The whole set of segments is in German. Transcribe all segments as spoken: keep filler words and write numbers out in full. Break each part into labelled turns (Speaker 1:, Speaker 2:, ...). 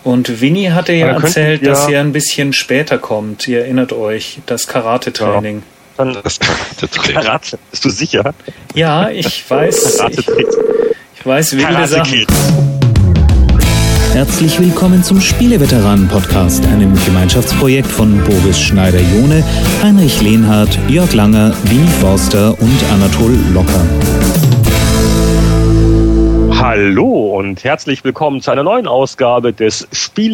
Speaker 1: Und Winnie hatte ja
Speaker 2: Aber
Speaker 1: erzählt,
Speaker 2: ja,
Speaker 1: dass er ein bisschen später kommt. Ihr erinnert euch, das Karate-Training.
Speaker 2: Ja, das Karate, bist du sicher?
Speaker 1: Ja, ich weiß. Ich, ich weiß wilde Sachen.
Speaker 3: Herzlich willkommen zum Spieleveteranen-Podcast, einem Gemeinschaftsprojekt von Boris Schneider-Johne, Heinrich Lehnhardt, Jörg Langer, Winnie Forster und Anatol Locker.
Speaker 2: Hallo und herzlich willkommen zu einer neuen Ausgabe des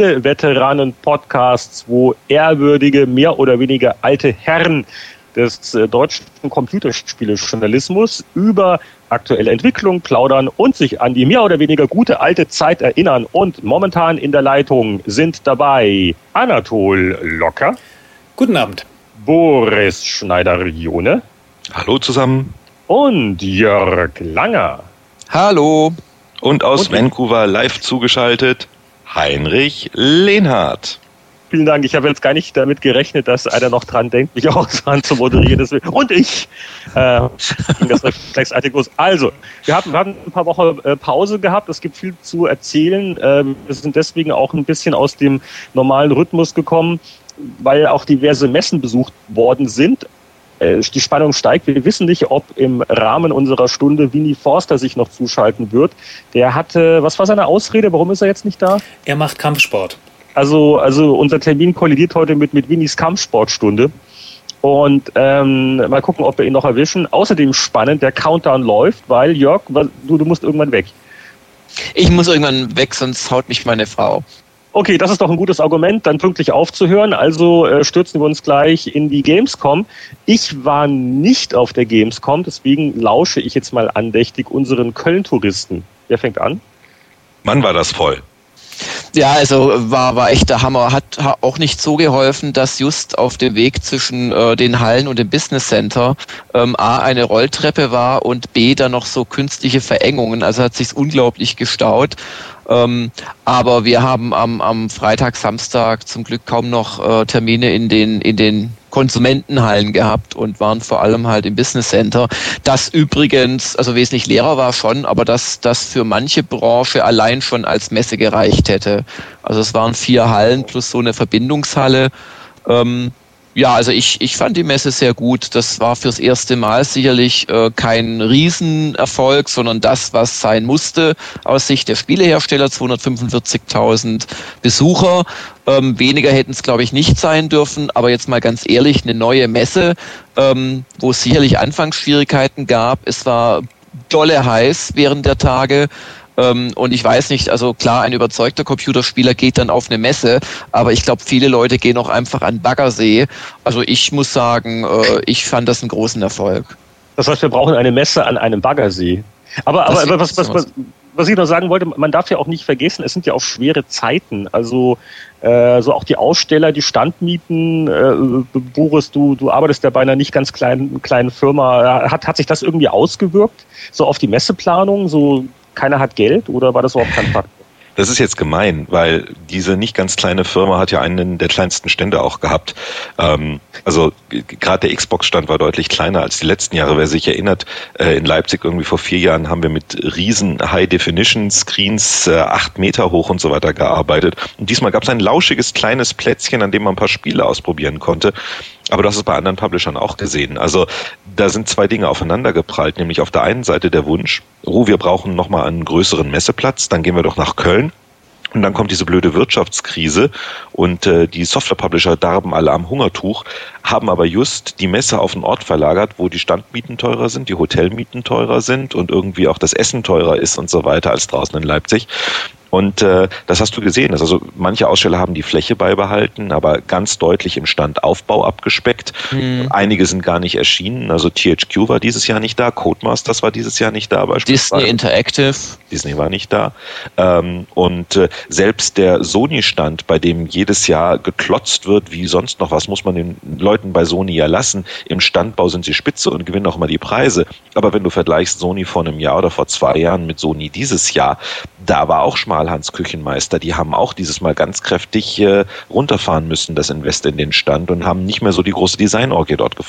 Speaker 2: Spieleveteranen-Podcasts, wo ehrwürdige, mehr oder weniger alte Herren des äh, deutschen Computerspielejournalismus über aktuelle Entwicklung plaudern und sich an die mehr oder weniger gute alte Zeit erinnern. Und momentan in der Leitung sind dabei Anatol Locker.
Speaker 1: Guten Abend.
Speaker 2: Boris Schneider-Johne.
Speaker 4: Hallo zusammen.
Speaker 2: Und Jörg Langer.
Speaker 5: Hallo.
Speaker 4: Und aus
Speaker 2: und
Speaker 4: Vancouver live zugeschaltet Heinrich Lehnhardt.
Speaker 2: Vielen Dank. Ich habe jetzt gar nicht damit gerechnet, dass einer noch dran denkt, mich auch zu moderieren. Deswegen. Und ich. Äh, ging das reflexartig los. Also, wir hatten, wir hatten ein paar Wochen äh, Pause gehabt. Es gibt viel zu erzählen. Äh, wir sind deswegen auch ein bisschen aus dem normalen Rhythmus gekommen, weil auch diverse Messen besucht worden sind. Äh, die Spannung steigt. Wir wissen nicht, ob im Rahmen unserer Stunde Winnie Forster sich noch zuschalten wird. Der hatte, was war seine Ausrede? Warum ist er jetzt nicht da?
Speaker 1: Er macht Kampfsport.
Speaker 2: Also, also unser Termin kollidiert heute mit, mit Winnies Kampfsportstunde. Und ähm, mal gucken, ob wir ihn noch erwischen. Außerdem spannend, der Countdown läuft, weil Jörg, du, du musst irgendwann weg.
Speaker 5: Ich muss irgendwann weg, sonst haut mich meine Frau.
Speaker 2: Okay, das ist doch ein gutes Argument, dann pünktlich aufzuhören. Also äh, stürzen wir uns gleich in die Gamescom. Ich war nicht auf der Gamescom, deswegen lausche ich jetzt mal andächtig unseren Köln-Touristen. Wer fängt an?
Speaker 4: Mann, war das voll.
Speaker 5: Ja, also war, war echt der Hammer. Hat auch nicht so geholfen, dass just auf dem Weg zwischen äh, den Hallen und dem Business Center ähm, A, eine Rolltreppe war und B, dann noch so künstliche Verengungen. Also hat sich's unglaublich gestaut. Ähm, aber wir haben am, am Freitag, Samstag zum Glück kaum noch äh, Termine in den, in den Konsumentenhallen gehabt und waren vor allem halt im Business Center. Das übrigens, also wesentlich leerer war schon, aber das, das für manche Branche allein schon als Messe gereicht hätte. Also es waren vier Hallen plus so eine Verbindungshalle. Ähm, Ja, also ich, ich fand die Messe sehr gut. Das war fürs erste Mal sicherlich äh, kein Riesenerfolg, sondern das, was sein musste aus Sicht der Spielehersteller. zweihundertfünfundvierzigtausend Besucher. Ähm, weniger hätten es, glaube ich, nicht sein dürfen. Aber jetzt mal ganz ehrlich, eine neue Messe, ähm, wo es sicherlich Anfangsschwierigkeiten gab. Es war dolle heiß während der Tage. Und ich weiß nicht, also klar, ein überzeugter Computerspieler geht dann auf eine Messe, aber ich glaube, viele Leute gehen auch einfach an Baggersee. Also ich muss sagen, ich fand das einen großen Erfolg.
Speaker 2: Das heißt, wir brauchen eine Messe an einem Baggersee. Aber, aber, aber was, was, was, was ich noch sagen wollte, man darf ja auch nicht vergessen, es sind ja auch schwere Zeiten. Also äh, so auch die Aussteller, die Standmieten. Äh, Boris, du, du arbeitest ja bei einer nicht ganz kleinen, kleinen Firma. Hat, hat sich das irgendwie ausgewirkt, so auf die Messeplanung, so keiner hat Geld oder war das überhaupt kein Fakt?
Speaker 4: Das ist jetzt gemein, weil diese nicht ganz kleine Firma hat ja einen der kleinsten Stände auch gehabt. Ähm, also gerade der Xbox-Stand war deutlich kleiner als die letzten Jahre. Wer sich erinnert, äh, in Leipzig irgendwie vor vier Jahren haben wir mit riesen High-Definition-Screens, äh, acht Meter hoch und so weiter gearbeitet. Und diesmal gab es ein lauschiges kleines Plätzchen, an dem man ein paar Spiele ausprobieren konnte. Aber das ist bei anderen Publishern auch gesehen. Also da sind zwei Dinge aufeinander geprallt, nämlich auf der einen Seite der Wunsch, oh, wir brauchen nochmal einen größeren Messeplatz, dann gehen wir doch nach Köln. Und dann kommt diese blöde Wirtschaftskrise und äh, die Software-Publisher darben alle am Hungertuch, haben aber just die Messe auf einen Ort verlagert, wo die Standmieten teurer sind, die Hotelmieten teurer sind und irgendwie auch das Essen teurer ist und so weiter als draußen in Leipzig. Und äh, das hast du gesehen. Also manche Aussteller haben die Fläche beibehalten, aber ganz deutlich im Standaufbau abgespeckt. Mhm. Einige sind gar nicht erschienen. Also T H Q war dieses Jahr nicht da, Codemasters war dieses Jahr nicht da.
Speaker 5: Disney Interactive.
Speaker 4: Disney war nicht da. Ähm, und äh, selbst der Sony-Stand, bei dem jedes Jahr geklotzt wird, wie sonst noch was, muss man den Leuten bei Sony ja lassen. Im Standbau sind sie spitze und gewinnen auch mal die Preise. Aber wenn du vergleichst Sony vor einem Jahr oder vor zwei Jahren mit Sony dieses Jahr, da war auch Schmalhans Küchenmeister. Die haben auch dieses Mal ganz kräftig äh, runterfahren müssen, das Invest in den Stand, und haben nicht mehr so die große Designorgie dort gefahren.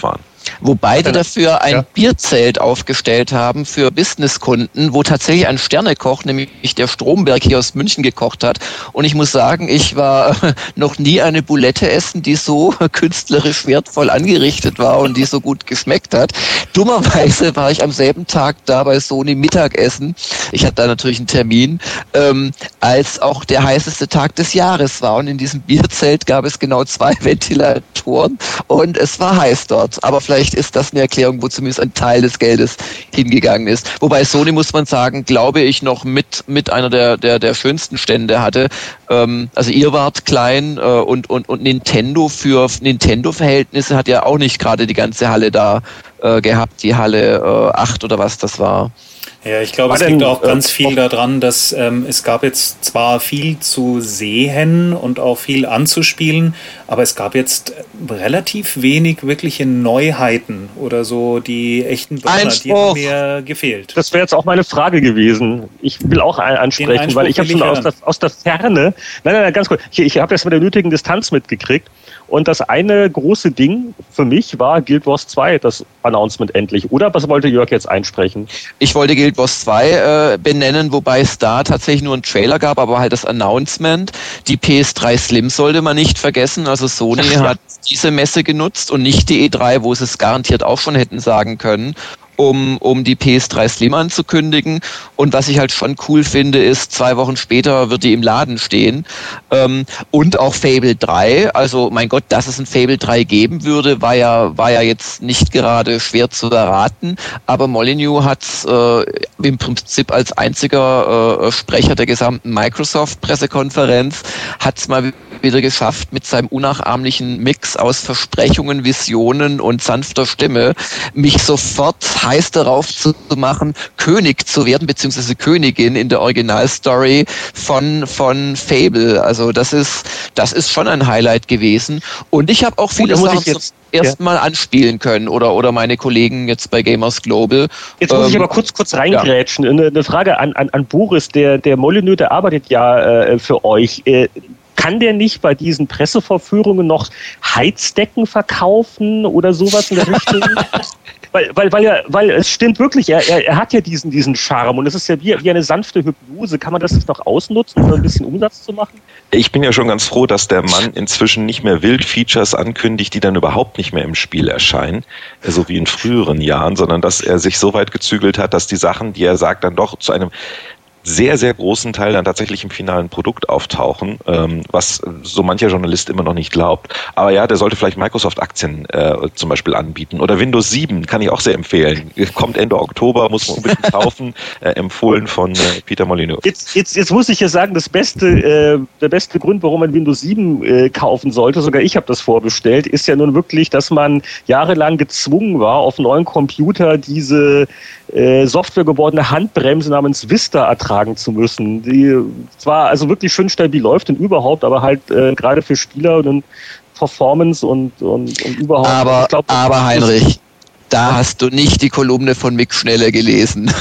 Speaker 5: Wo beide dafür ein ja. Bierzelt aufgestellt haben für Businesskunden, wo tatsächlich ein Sternekoch, nämlich der Stromberg hier aus München, gekocht hat. Und ich muss sagen, ich war noch nie eine Bulette essen, die so künstlerisch wertvoll angerichtet war und die so gut geschmeckt hat. Dummerweise war ich am selben Tag da bei Sony Mittagessen. Ich hatte da natürlich einen Termin, ähm, als auch der heißeste Tag des Jahres war. Und in diesem Bierzelt gab es genau zwei Ventilatoren und es war heiß dort. Aber vielleicht ist das eine Erklärung, wo zumindest ein Teil des Geldes hingegangen ist. Wobei Sony, muss man sagen, glaube ich, noch mit, mit einer der, der, der schönsten Stände hatte. Ähm, also ihr wart klein äh, und, und, und Nintendo für Nintendo-Verhältnisse hat ja auch nicht gerade die ganze Halle da äh, gehabt, die Halle äh, acht oder was das war.
Speaker 1: Ja, ich glaube, es liegt auch ganz viel daran, dass ähm, es gab jetzt zwar viel zu sehen und auch viel anzuspielen, aber es gab jetzt relativ wenig wirkliche Neuheiten oder so, die echten Burner, die haben mir gefehlt.
Speaker 2: Das wäre jetzt auch meine Frage gewesen. Ich will auch ansprechen, weil ich habe schon aus der, aus der Ferne, nein, nein, nein, ganz kurz, ich, ich habe das mit der nötigen Distanz mitgekriegt. Und das eine große Ding für mich war Guild Wars zwei, das Announcement endlich. Oder was wollte Jörg jetzt einsprechen?
Speaker 5: Ich wollte Guild Wars zwei äh, benennen, wobei es da tatsächlich nur einen Trailer gab, aber halt das Announcement. Die P S drei Slim sollte man nicht vergessen. Also Sony ja. hat diese Messe genutzt und nicht die E drei, wo sie es garantiert auch schon hätten sagen können. Um, um die P S drei Slim anzukündigen. Und was ich halt schon cool finde, ist, zwei Wochen später wird die im Laden stehen. Ähm, und auch Fable drei. Also, mein Gott, dass es ein Fable drei geben würde, war ja, war ja jetzt nicht gerade schwer zu erraten. Aber Molyneux hat äh, im Prinzip als einziger äh, Sprecher der gesamten Microsoft-Pressekonferenz hat es mal wieder geschafft, mit seinem unnachahmlichen Mix aus Versprechungen, Visionen und sanfter Stimme mich sofort heiß darauf zu machen, König zu werden, beziehungsweise Königin in der Originalstory von, von Fable. Also das ist, das ist schon ein Highlight gewesen. Und ich habe auch viele Sachen zum ersten Mal anspielen können oder, oder meine Kollegen jetzt bei Gamers Global.
Speaker 2: Jetzt muss ähm, ich aber kurz, kurz reingrätschen. Ja. Eine, eine Frage an, an, an Boris, der, der Molyneux, der arbeitet ja äh, für euch. Äh, Kann der nicht bei diesen Pressevorführungen noch Heizdecken verkaufen oder sowas in der Richtung? weil, weil, weil, er, weil es stimmt wirklich, er, er, er hat ja diesen, diesen Charme und es ist ja wie, wie eine sanfte Hypnose. Kann man das nicht noch ausnutzen, um ein bisschen Umsatz zu machen?
Speaker 4: Ich bin ja schon ganz froh, dass der Mann inzwischen nicht mehr wild Features ankündigt, die dann überhaupt nicht mehr im Spiel erscheinen, so wie in früheren Jahren, sondern dass er sich so weit gezügelt hat, dass die Sachen, die er sagt, dann doch zu einem sehr, sehr großen Teil dann tatsächlich im finalen Produkt auftauchen, ähm, was so mancher Journalist immer noch nicht glaubt. Aber ja, der sollte vielleicht Microsoft-Aktien äh, zum Beispiel anbieten. Oder Windows sieben kann ich auch sehr empfehlen. Kommt Ende Oktober, muss man unbedingt kaufen. Äh, empfohlen von äh, Peter Molyneux.
Speaker 2: Jetzt, jetzt, jetzt muss ich ja sagen, das beste, äh, der beste Grund, warum man Windows sieben äh, kaufen sollte, sogar ich habe das vorbestellt, ist ja nun wirklich, dass man jahrelang gezwungen war, auf neuen Computer diese äh, softwaregebordene Handbremse namens Vista ertragen zu müssen, die zwar also wirklich schön stabil läuft und überhaupt, aber halt äh, gerade für Spieler und Performance und, und, und überhaupt.
Speaker 5: Aber,
Speaker 2: ich glaub,
Speaker 5: aber Heinrich, da hast du nicht die Kolumne von Mick Schneller gelesen.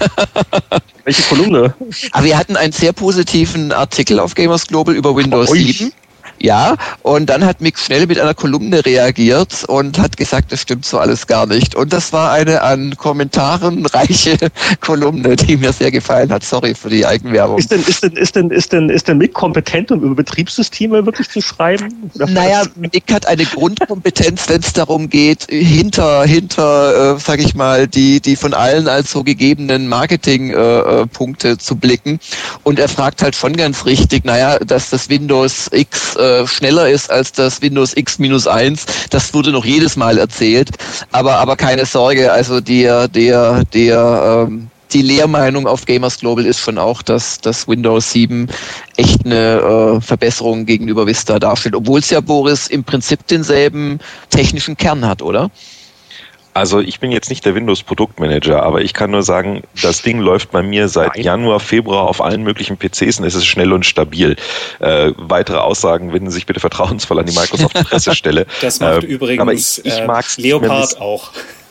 Speaker 2: Welche Kolumne?
Speaker 5: Aber wir hatten einen sehr positiven Artikel auf Gamers Global über Windows sieben. Ja, und dann hat Mick Schnell mit einer Kolumne reagiert und hat gesagt, das stimmt so alles gar nicht. Und das war eine an Kommentaren reiche Kolumne, die mir sehr gefallen hat. Sorry für die Eigenwerbung.
Speaker 2: Ist denn, ist denn, ist denn, ist denn, ist denn Mick kompetent, um über Betriebssysteme wirklich zu schreiben?
Speaker 5: Oder naja, Mick hat eine Grundkompetenz, wenn es darum geht, hinter, hinter, äh, sag ich mal, die, die von allen als so gegebenen Marketingpunkte äh, zu blicken. Und er fragt halt schon ganz richtig, naja, dass das Windows X äh, schneller ist als das Windows X minus eins. Das wurde noch jedes Mal erzählt. Aber, aber keine Sorge, also der, der, der, ähm, die Lehrmeinung auf Gamers Global ist schon auch, dass das Windows sieben echt eine äh, Verbesserung gegenüber Vista darstellt. Obwohl es ja, Boris, im Prinzip denselben technischen Kern hat, oder?
Speaker 4: Also ich bin jetzt nicht der Windows-Produktmanager, aber ich kann nur sagen, das Ding läuft bei mir seit Januar, Februar auf allen möglichen P Cs und es ist schnell und stabil. Äh, weitere Aussagen wenden sich bitte vertrauensvoll an die Microsoft-Pressestelle.
Speaker 1: Das macht äh, übrigens aber ich, ich äh, Leopard auch.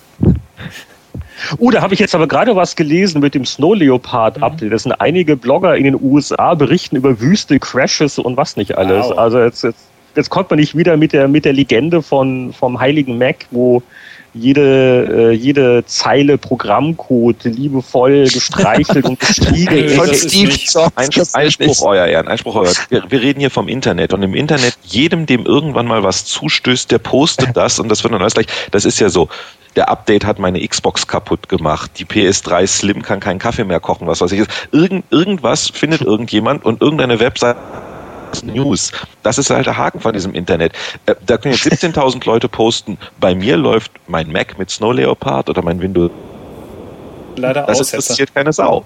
Speaker 2: Oh, da habe ich jetzt aber gerade was gelesen mit dem Snow Leopard Update. Das sind einige Blogger in den U S A berichten über Wüste, Crashes und was nicht alles.
Speaker 1: Wow.
Speaker 2: Also jetzt, jetzt jetzt kommt man nicht wieder mit der, mit der Legende von, vom heiligen Mac, wo jede, äh, jede Zeile Programmcode liebevoll gestreichelt und gestriegelt
Speaker 4: Von
Speaker 2: ist.
Speaker 4: Steve Jobs. Einspruch, Einspruch, euer Ehren, Einspruch, euer wir, wir reden hier vom Internet und im Internet, jedem, dem irgendwann mal was zustößt, der postet das und das wird dann alles gleich, das ist ja so. Der Update hat meine Xbox kaputt gemacht. Die P S drei Slim kann keinen Kaffee mehr kochen, was weiß ich. Irgend, irgendwas findet irgendjemand und irgendeine Webseite News. Das ist halt der Haken von diesem Internet. Da können jetzt siebzehntausend Leute posten, bei mir läuft mein Mac mit Snow Leopard oder mein Windows.
Speaker 1: Leider
Speaker 4: das
Speaker 1: Aussetzer.
Speaker 4: interessiert keine Sau.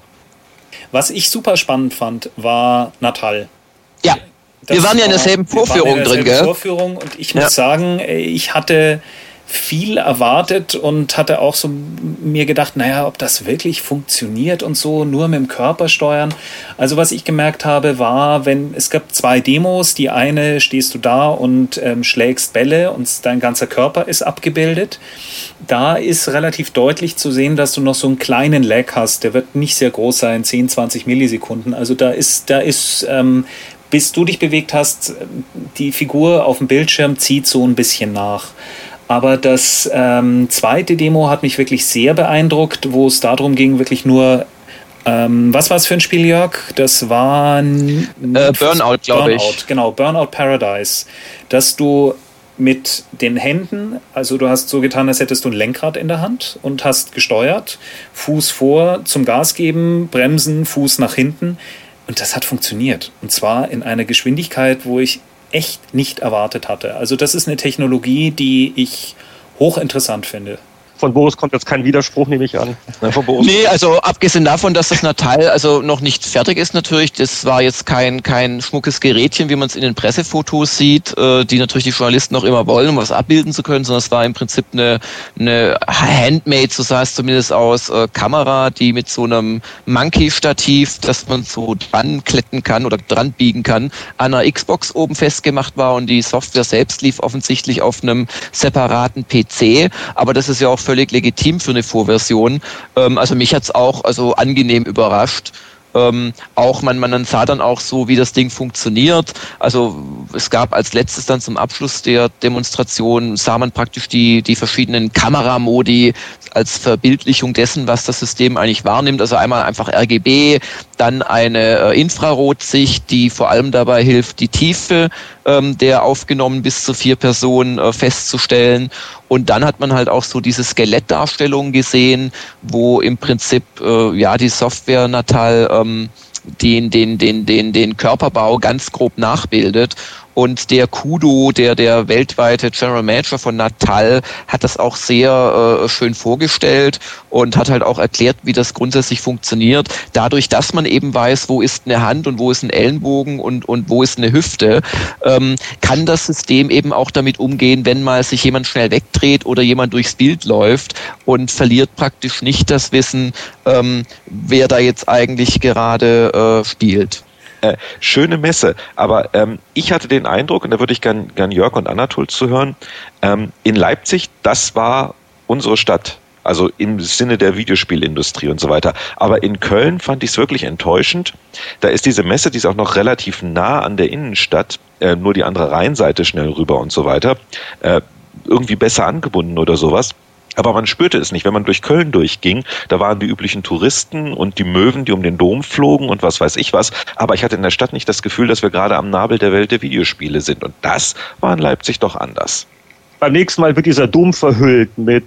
Speaker 1: Was ich super spannend fand, war Natal.
Speaker 5: Ja,
Speaker 1: Das
Speaker 5: wir waren ja in derselben Vorführung
Speaker 1: in
Speaker 5: drin,
Speaker 1: derselben
Speaker 5: gell?
Speaker 1: Vorführung und ich muss
Speaker 5: Ja.
Speaker 1: sagen, ich hatte viel erwartet und hatte auch so mir gedacht, naja, ob das wirklich funktioniert und so, nur mit dem Körper steuern. Also was ich gemerkt habe, war, wenn es gab zwei Demos, die eine stehst du da und ähm, schlägst Bälle und dein ganzer Körper ist abgebildet. Da ist relativ deutlich zu sehen, dass du noch so einen kleinen Lag hast, der wird nicht sehr groß sein, zehn, zwanzig Millisekunden. Also da ist, da ist, ähm, bis du dich bewegt hast, die Figur auf dem Bildschirm zieht so ein bisschen nach. Aber das ähm, zweite Demo hat mich wirklich sehr beeindruckt, wo es darum ging, wirklich nur, ähm, was war es für ein Spiel, Jörg? Das war ein
Speaker 5: äh, Burnout, glaube ich.
Speaker 1: Burnout, genau, Burnout Paradise. Dass du mit den Händen, also du hast so getan, als hättest du ein Lenkrad in der Hand und hast gesteuert, Fuß vor zum Gas geben, bremsen, Fuß nach hinten. Und das hat funktioniert. Und zwar in einer Geschwindigkeit, wo ich echt nicht erwartet hatte. Also das ist eine Technologie, die ich hochinteressant finde.
Speaker 2: Von Boris kommt jetzt kein Widerspruch, nehme ich an.
Speaker 4: Ja, von Boris.
Speaker 5: Nee, also abgesehen davon, dass das Natal also noch nicht fertig ist natürlich, das war jetzt kein kein schmuckes Gerätchen, wie man es in den Pressefotos sieht, äh, die natürlich die Journalisten noch immer wollen, um was abbilden zu können, sondern es war im Prinzip eine, eine Handmade, so sah es zumindest aus, äh, Kamera, die mit so einem Monkey-Stativ, das man so dran kletten kann oder dran biegen kann, an einer Xbox oben festgemacht war und die Software selbst lief offensichtlich auf einem separaten P C, aber das ist ja auch völlig legitim für eine Vorversion. Ähm, also mich hat's auch also angenehm überrascht. Ähm, auch man, man sah dann auch so, wie das Ding funktioniert. Also es gab als letztes dann zum Abschluss der Demonstration, sah man praktisch die, die verschiedenen Kameramodi als Verbildlichung dessen, was das System eigentlich wahrnimmt. Also einmal einfach R G B, dann eine äh, Infrarotsicht, die vor allem dabei hilft, die Tiefe ähm, der aufgenommen bis zu vier Personen äh, festzustellen. Und dann hat man halt auch so diese Skelettdarstellung gesehen, wo im Prinzip äh, ja die Software Natal ähm, den, den, den, den, den Körperbau ganz grob nachbildet. Und der Kudo, der, der weltweite General Manager von Natal, hat das auch sehr äh, schön vorgestellt und hat halt auch erklärt, wie das grundsätzlich funktioniert. Dadurch, dass man eben weiß, wo ist eine Hand und wo ist ein Ellenbogen und, und wo ist eine Hüfte, ähm, kann das System eben auch damit umgehen, wenn mal sich jemand schnell wegdreht oder jemand durchs Bild läuft und verliert praktisch nicht das Wissen, ähm, wer da jetzt eigentlich gerade äh, spielt.
Speaker 4: Äh, schöne Messe, aber ähm, ich hatte den Eindruck, und da würde ich gern, gern Jörg und Anatol zuhören, ähm, in Leipzig, das war unsere Stadt, also im Sinne der Videospielindustrie und so weiter. Aber in Köln fand ich es wirklich enttäuschend. Da ist diese Messe, die ist auch noch relativ nah an der Innenstadt, äh, nur die andere Rheinseite schnell rüber und so weiter, äh, irgendwie besser angebunden oder sowas. Aber man spürte es nicht, wenn man durch Köln durchging, da waren die üblichen Touristen und die Möwen, die um den Dom flogen und was weiß ich was. Aber ich hatte in der Stadt nicht das Gefühl, dass wir gerade am Nabel der Welt der Videospiele sind. Und das war in Leipzig doch anders.
Speaker 2: Beim nächsten Mal wird dieser Dom verhüllt mit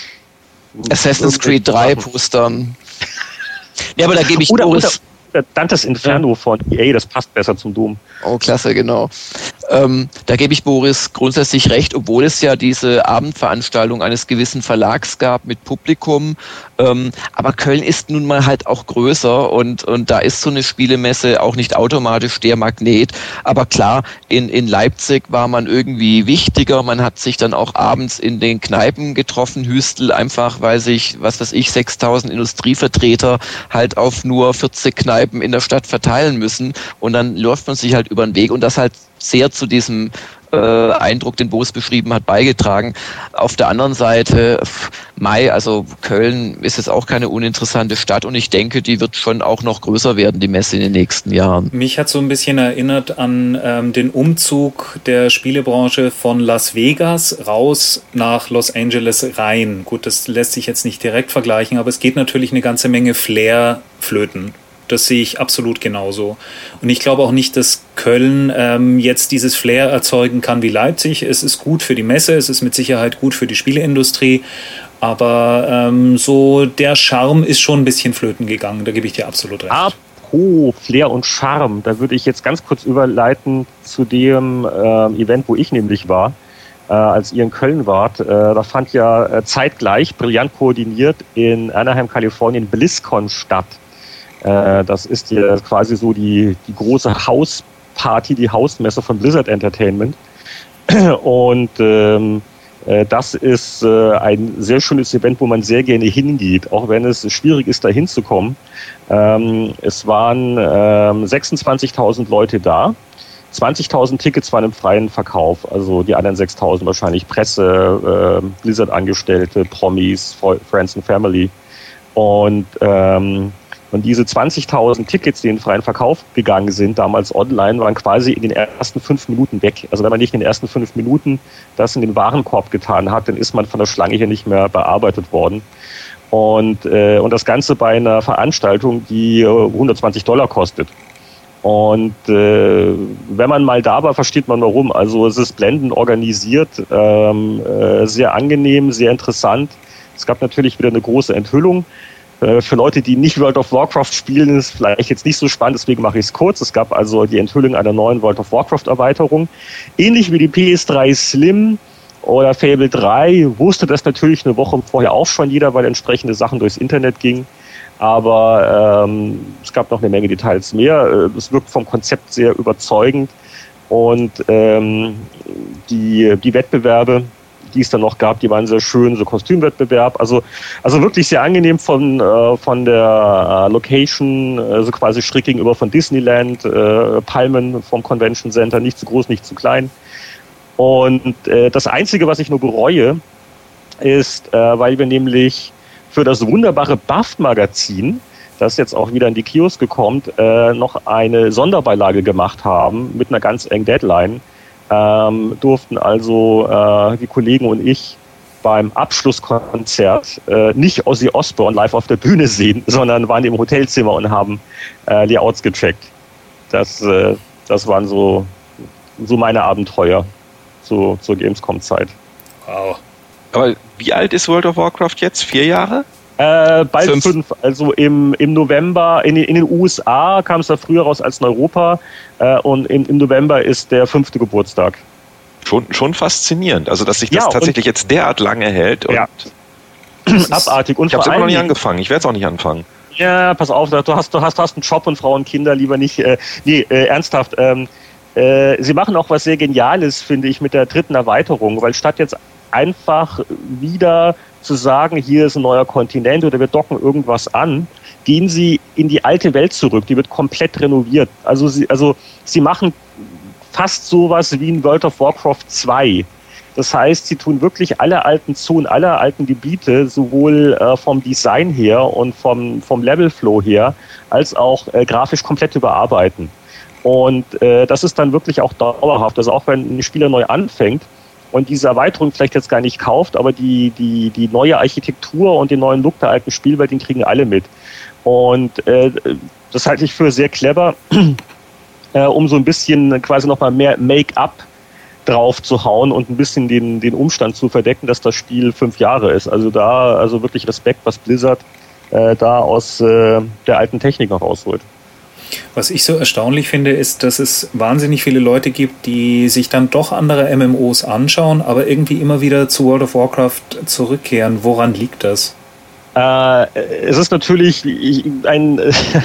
Speaker 5: Assassin's Creed drei Postern. Ja, aber da gebe ich
Speaker 2: oder,
Speaker 5: Boris...
Speaker 2: oder Dantes Inferno von E A, das passt besser zum Dom.
Speaker 5: Oh, klasse, genau. Ähm, da gebe ich Boris grundsätzlich recht, obwohl es ja diese Abendveranstaltung eines gewissen Verlags gab mit Publikum. Ähm, aber Köln ist nun mal halt auch größer und, und da ist so eine Spielemesse auch nicht automatisch der Magnet. Aber klar, in, in Leipzig war man irgendwie wichtiger. Man hat sich dann auch abends in den Kneipen getroffen, Hüstel, einfach weil sich, was weiß ich, sechstausend Industrievertreter halt auf nur vierzig Kneipen in der Stadt verteilen müssen. Und dann läuft man sich halt über den Weg und das halt sehr zu diesem äh, Eindruck, den Boris beschrieben hat, beigetragen. Auf der anderen Seite, Mai, also Köln ist jetzt auch keine uninteressante Stadt und ich denke, die wird schon auch noch größer werden, die Messe in den nächsten Jahren.
Speaker 1: Mich hat so ein bisschen erinnert an ähm, den Umzug der Spielebranche von Las Vegas raus nach Los Angeles rein. Gut, das lässt sich jetzt nicht direkt vergleichen, aber es geht natürlich eine ganze Menge Flair flöten. Das sehe ich absolut genauso. Und ich glaube auch nicht, dass Köln ähm, jetzt dieses Flair erzeugen kann wie Leipzig. Es ist gut für die Messe, es ist mit Sicherheit gut für die Spieleindustrie, aber ähm, so der Charme ist schon ein bisschen flöten gegangen, da gebe ich dir absolut recht.
Speaker 2: Apropos Flair und Charme, da würde ich jetzt ganz kurz überleiten zu dem äh, Event, wo ich nämlich war, äh, als ihr in Köln wart. Äh, da fand ja äh, zeitgleich, brillant koordiniert, in Anaheim, Kalifornien, BlizzCon statt. Das ist ja quasi so die, die große Hausparty, die Hausmesse von Blizzard Entertainment. Und ähm, das ist äh, ein sehr schönes Event, wo man sehr gerne hingeht, auch wenn es schwierig ist, da hinzukommen. Ähm, es waren ähm, sechsundzwanzigtausend Leute da. zwanzigtausend Tickets waren im freien Verkauf, also die anderen sechstausend wahrscheinlich Presse, äh, Blizzard-Angestellte, Promis, Friends and Family. Und ähm, Und diese zwanzigtausend Tickets, die in den freien Verkauf gegangen sind, damals online, waren quasi in den ersten fünf Minuten weg. Also wenn man nicht in den ersten fünf Minuten das in den Warenkorb getan hat, dann ist man von der Schlange hier nicht mehr bearbeitet worden. Und, äh, und das Ganze bei einer Veranstaltung, die hundertzwanzig Dollar kostet. Und äh, wenn man mal da war, versteht man warum. Also es ist blendend organisiert, ähm, äh, sehr angenehm, sehr interessant. Es gab natürlich wieder eine große Enthüllung. Für Leute, die nicht World of Warcraft spielen, ist vielleicht jetzt nicht so spannend, deswegen mache ich es kurz. Es gab also die Enthüllung einer neuen World of Warcraft-Erweiterung. Ähnlich wie die P S drei Slim oder Fable drei wusste das natürlich eine Woche vorher auch schon jeder, weil entsprechende Sachen durchs Internet gingen. Aber ähm, es gab noch eine Menge Details mehr. Es wirkt vom Konzept sehr überzeugend. Und ähm, die, die Wettbewerbe, die es dann noch gab, die waren sehr schön, so Kostümwettbewerb, also also wirklich sehr angenehm von äh, von der äh, Location, äh, so also quasi schräg gegenüber von Disneyland, äh, Palmen vom Convention Center, nicht zu groß, nicht zu klein. Und äh, das Einzige, was ich nur bereue, ist, äh, weil wir nämlich für das wunderbare BAFT-Magazin, das jetzt auch wieder in die Kioske kommt, äh, noch eine Sonderbeilage gemacht haben mit einer ganz engen Deadline. Ähm, durften also äh, die Kollegen und ich beim Abschlusskonzert äh, nicht Ozzy Osbourne live auf der Bühne sehen, sondern waren im Hotelzimmer und haben äh, Layouts gecheckt. Das, äh, das waren so, so meine Abenteuer zu, zur Gamescom-Zeit.
Speaker 4: Wow. Aber wie alt ist World of Warcraft jetzt? Vier Jahre?
Speaker 2: Äh, bald fünf. fünf. Also im, im November, in, in den U S A kam es da früher raus als in Europa äh, und im, im November ist der fünfte Geburtstag.
Speaker 4: Schon, schon faszinierend, also dass sich das ja, tatsächlich jetzt derart lange hält. Und
Speaker 2: ja. Abartig. Und
Speaker 4: ich habe es immer noch nicht angefangen, ich werde es auch nicht anfangen.
Speaker 2: Ja, pass auf, du hast, du hast, du hast einen Job und Frau und Kinder, lieber nicht. Äh, nee, äh, ernsthaft. Ähm, äh, sie machen auch was sehr Geniales, finde ich, mit der dritten Erweiterung, weil statt jetzt einfach wieder zu sagen, hier ist ein neuer Kontinent oder wir docken irgendwas an, gehen sie in die alte Welt zurück. Die wird komplett renoviert. Also sie, also sie machen fast sowas wie in World of Warcraft zwei. Das heißt, sie tun wirklich alle alten Zonen, alle alten Gebiete, sowohl äh, vom Design her und vom, vom Levelflow her, als auch äh, grafisch komplett überarbeiten. Und äh, das ist dann wirklich auch dauerhaft. Also auch wenn ein Spieler neu anfängt, und diese Erweiterung vielleicht jetzt gar nicht kauft, aber die, die, die neue Architektur und den neuen Look der alten Spielwelt, den kriegen alle mit. Und äh, das halte ich für sehr clever, äh, um so ein bisschen quasi nochmal mehr Make-up drauf zu hauen und ein bisschen den, den Umstand zu verdecken, dass das Spiel fünf Jahre ist. Also da, also wirklich Respekt, was Blizzard äh, da aus äh, der alten Technik noch rausholt.
Speaker 1: Was ich so erstaunlich finde, ist, dass es wahnsinnig viele Leute gibt, die sich dann doch andere M M Os anschauen, aber irgendwie immer wieder zu World of Warcraft zurückkehren. Woran liegt das?
Speaker 2: Äh, es ist natürlich ein,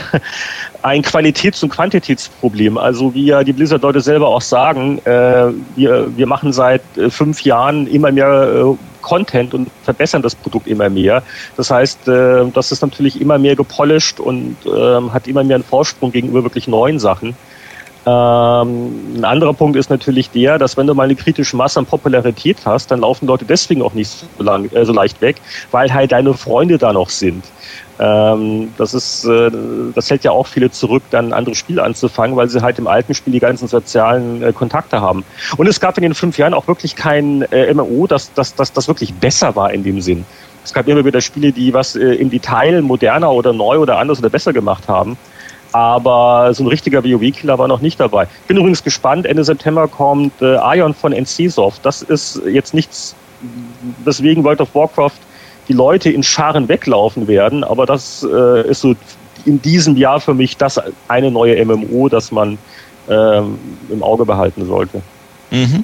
Speaker 2: ein Qualitäts- und Quantitätsproblem. Also wie ja die Blizzard-Leute selber auch sagen, äh, wir, wir machen seit fünf Jahren immer mehr äh, Content und verbessern das Produkt immer mehr. Das heißt, äh, das ist natürlich immer mehr gepolished und äh, hat immer mehr einen Vorsprung gegenüber wirklich neuen Sachen. Ähm, ein anderer Punkt ist natürlich der, dass wenn du mal eine kritische Masse an Popularität hast, dann laufen Leute deswegen auch nicht so, lang, äh, so leicht weg, weil halt deine Freunde da noch sind. Ähm, das ist, äh, das hält ja auch viele zurück, dann ein anderes Spiel anzufangen, weil sie halt im alten Spiel die ganzen sozialen äh, Kontakte haben. Und es gab in den fünf Jahren auch wirklich kein äh, M M O, das, das, das, das wirklich besser war in dem Sinn. Es gab immer wieder Spiele, die was äh, im Detail moderner oder neu oder anders oder besser gemacht haben. Aber so ein richtiger WoW-Killer war noch nicht dabei. Bin übrigens gespannt, Ende September kommt äh, Aion von N C Soft. Das ist jetzt nichts, weswegen World of Warcraft die Leute in Scharen weglaufen werden, aber das äh, ist so in diesem Jahr für mich das eine neue M M O, das man ähm, im Auge behalten sollte.
Speaker 5: Mhm.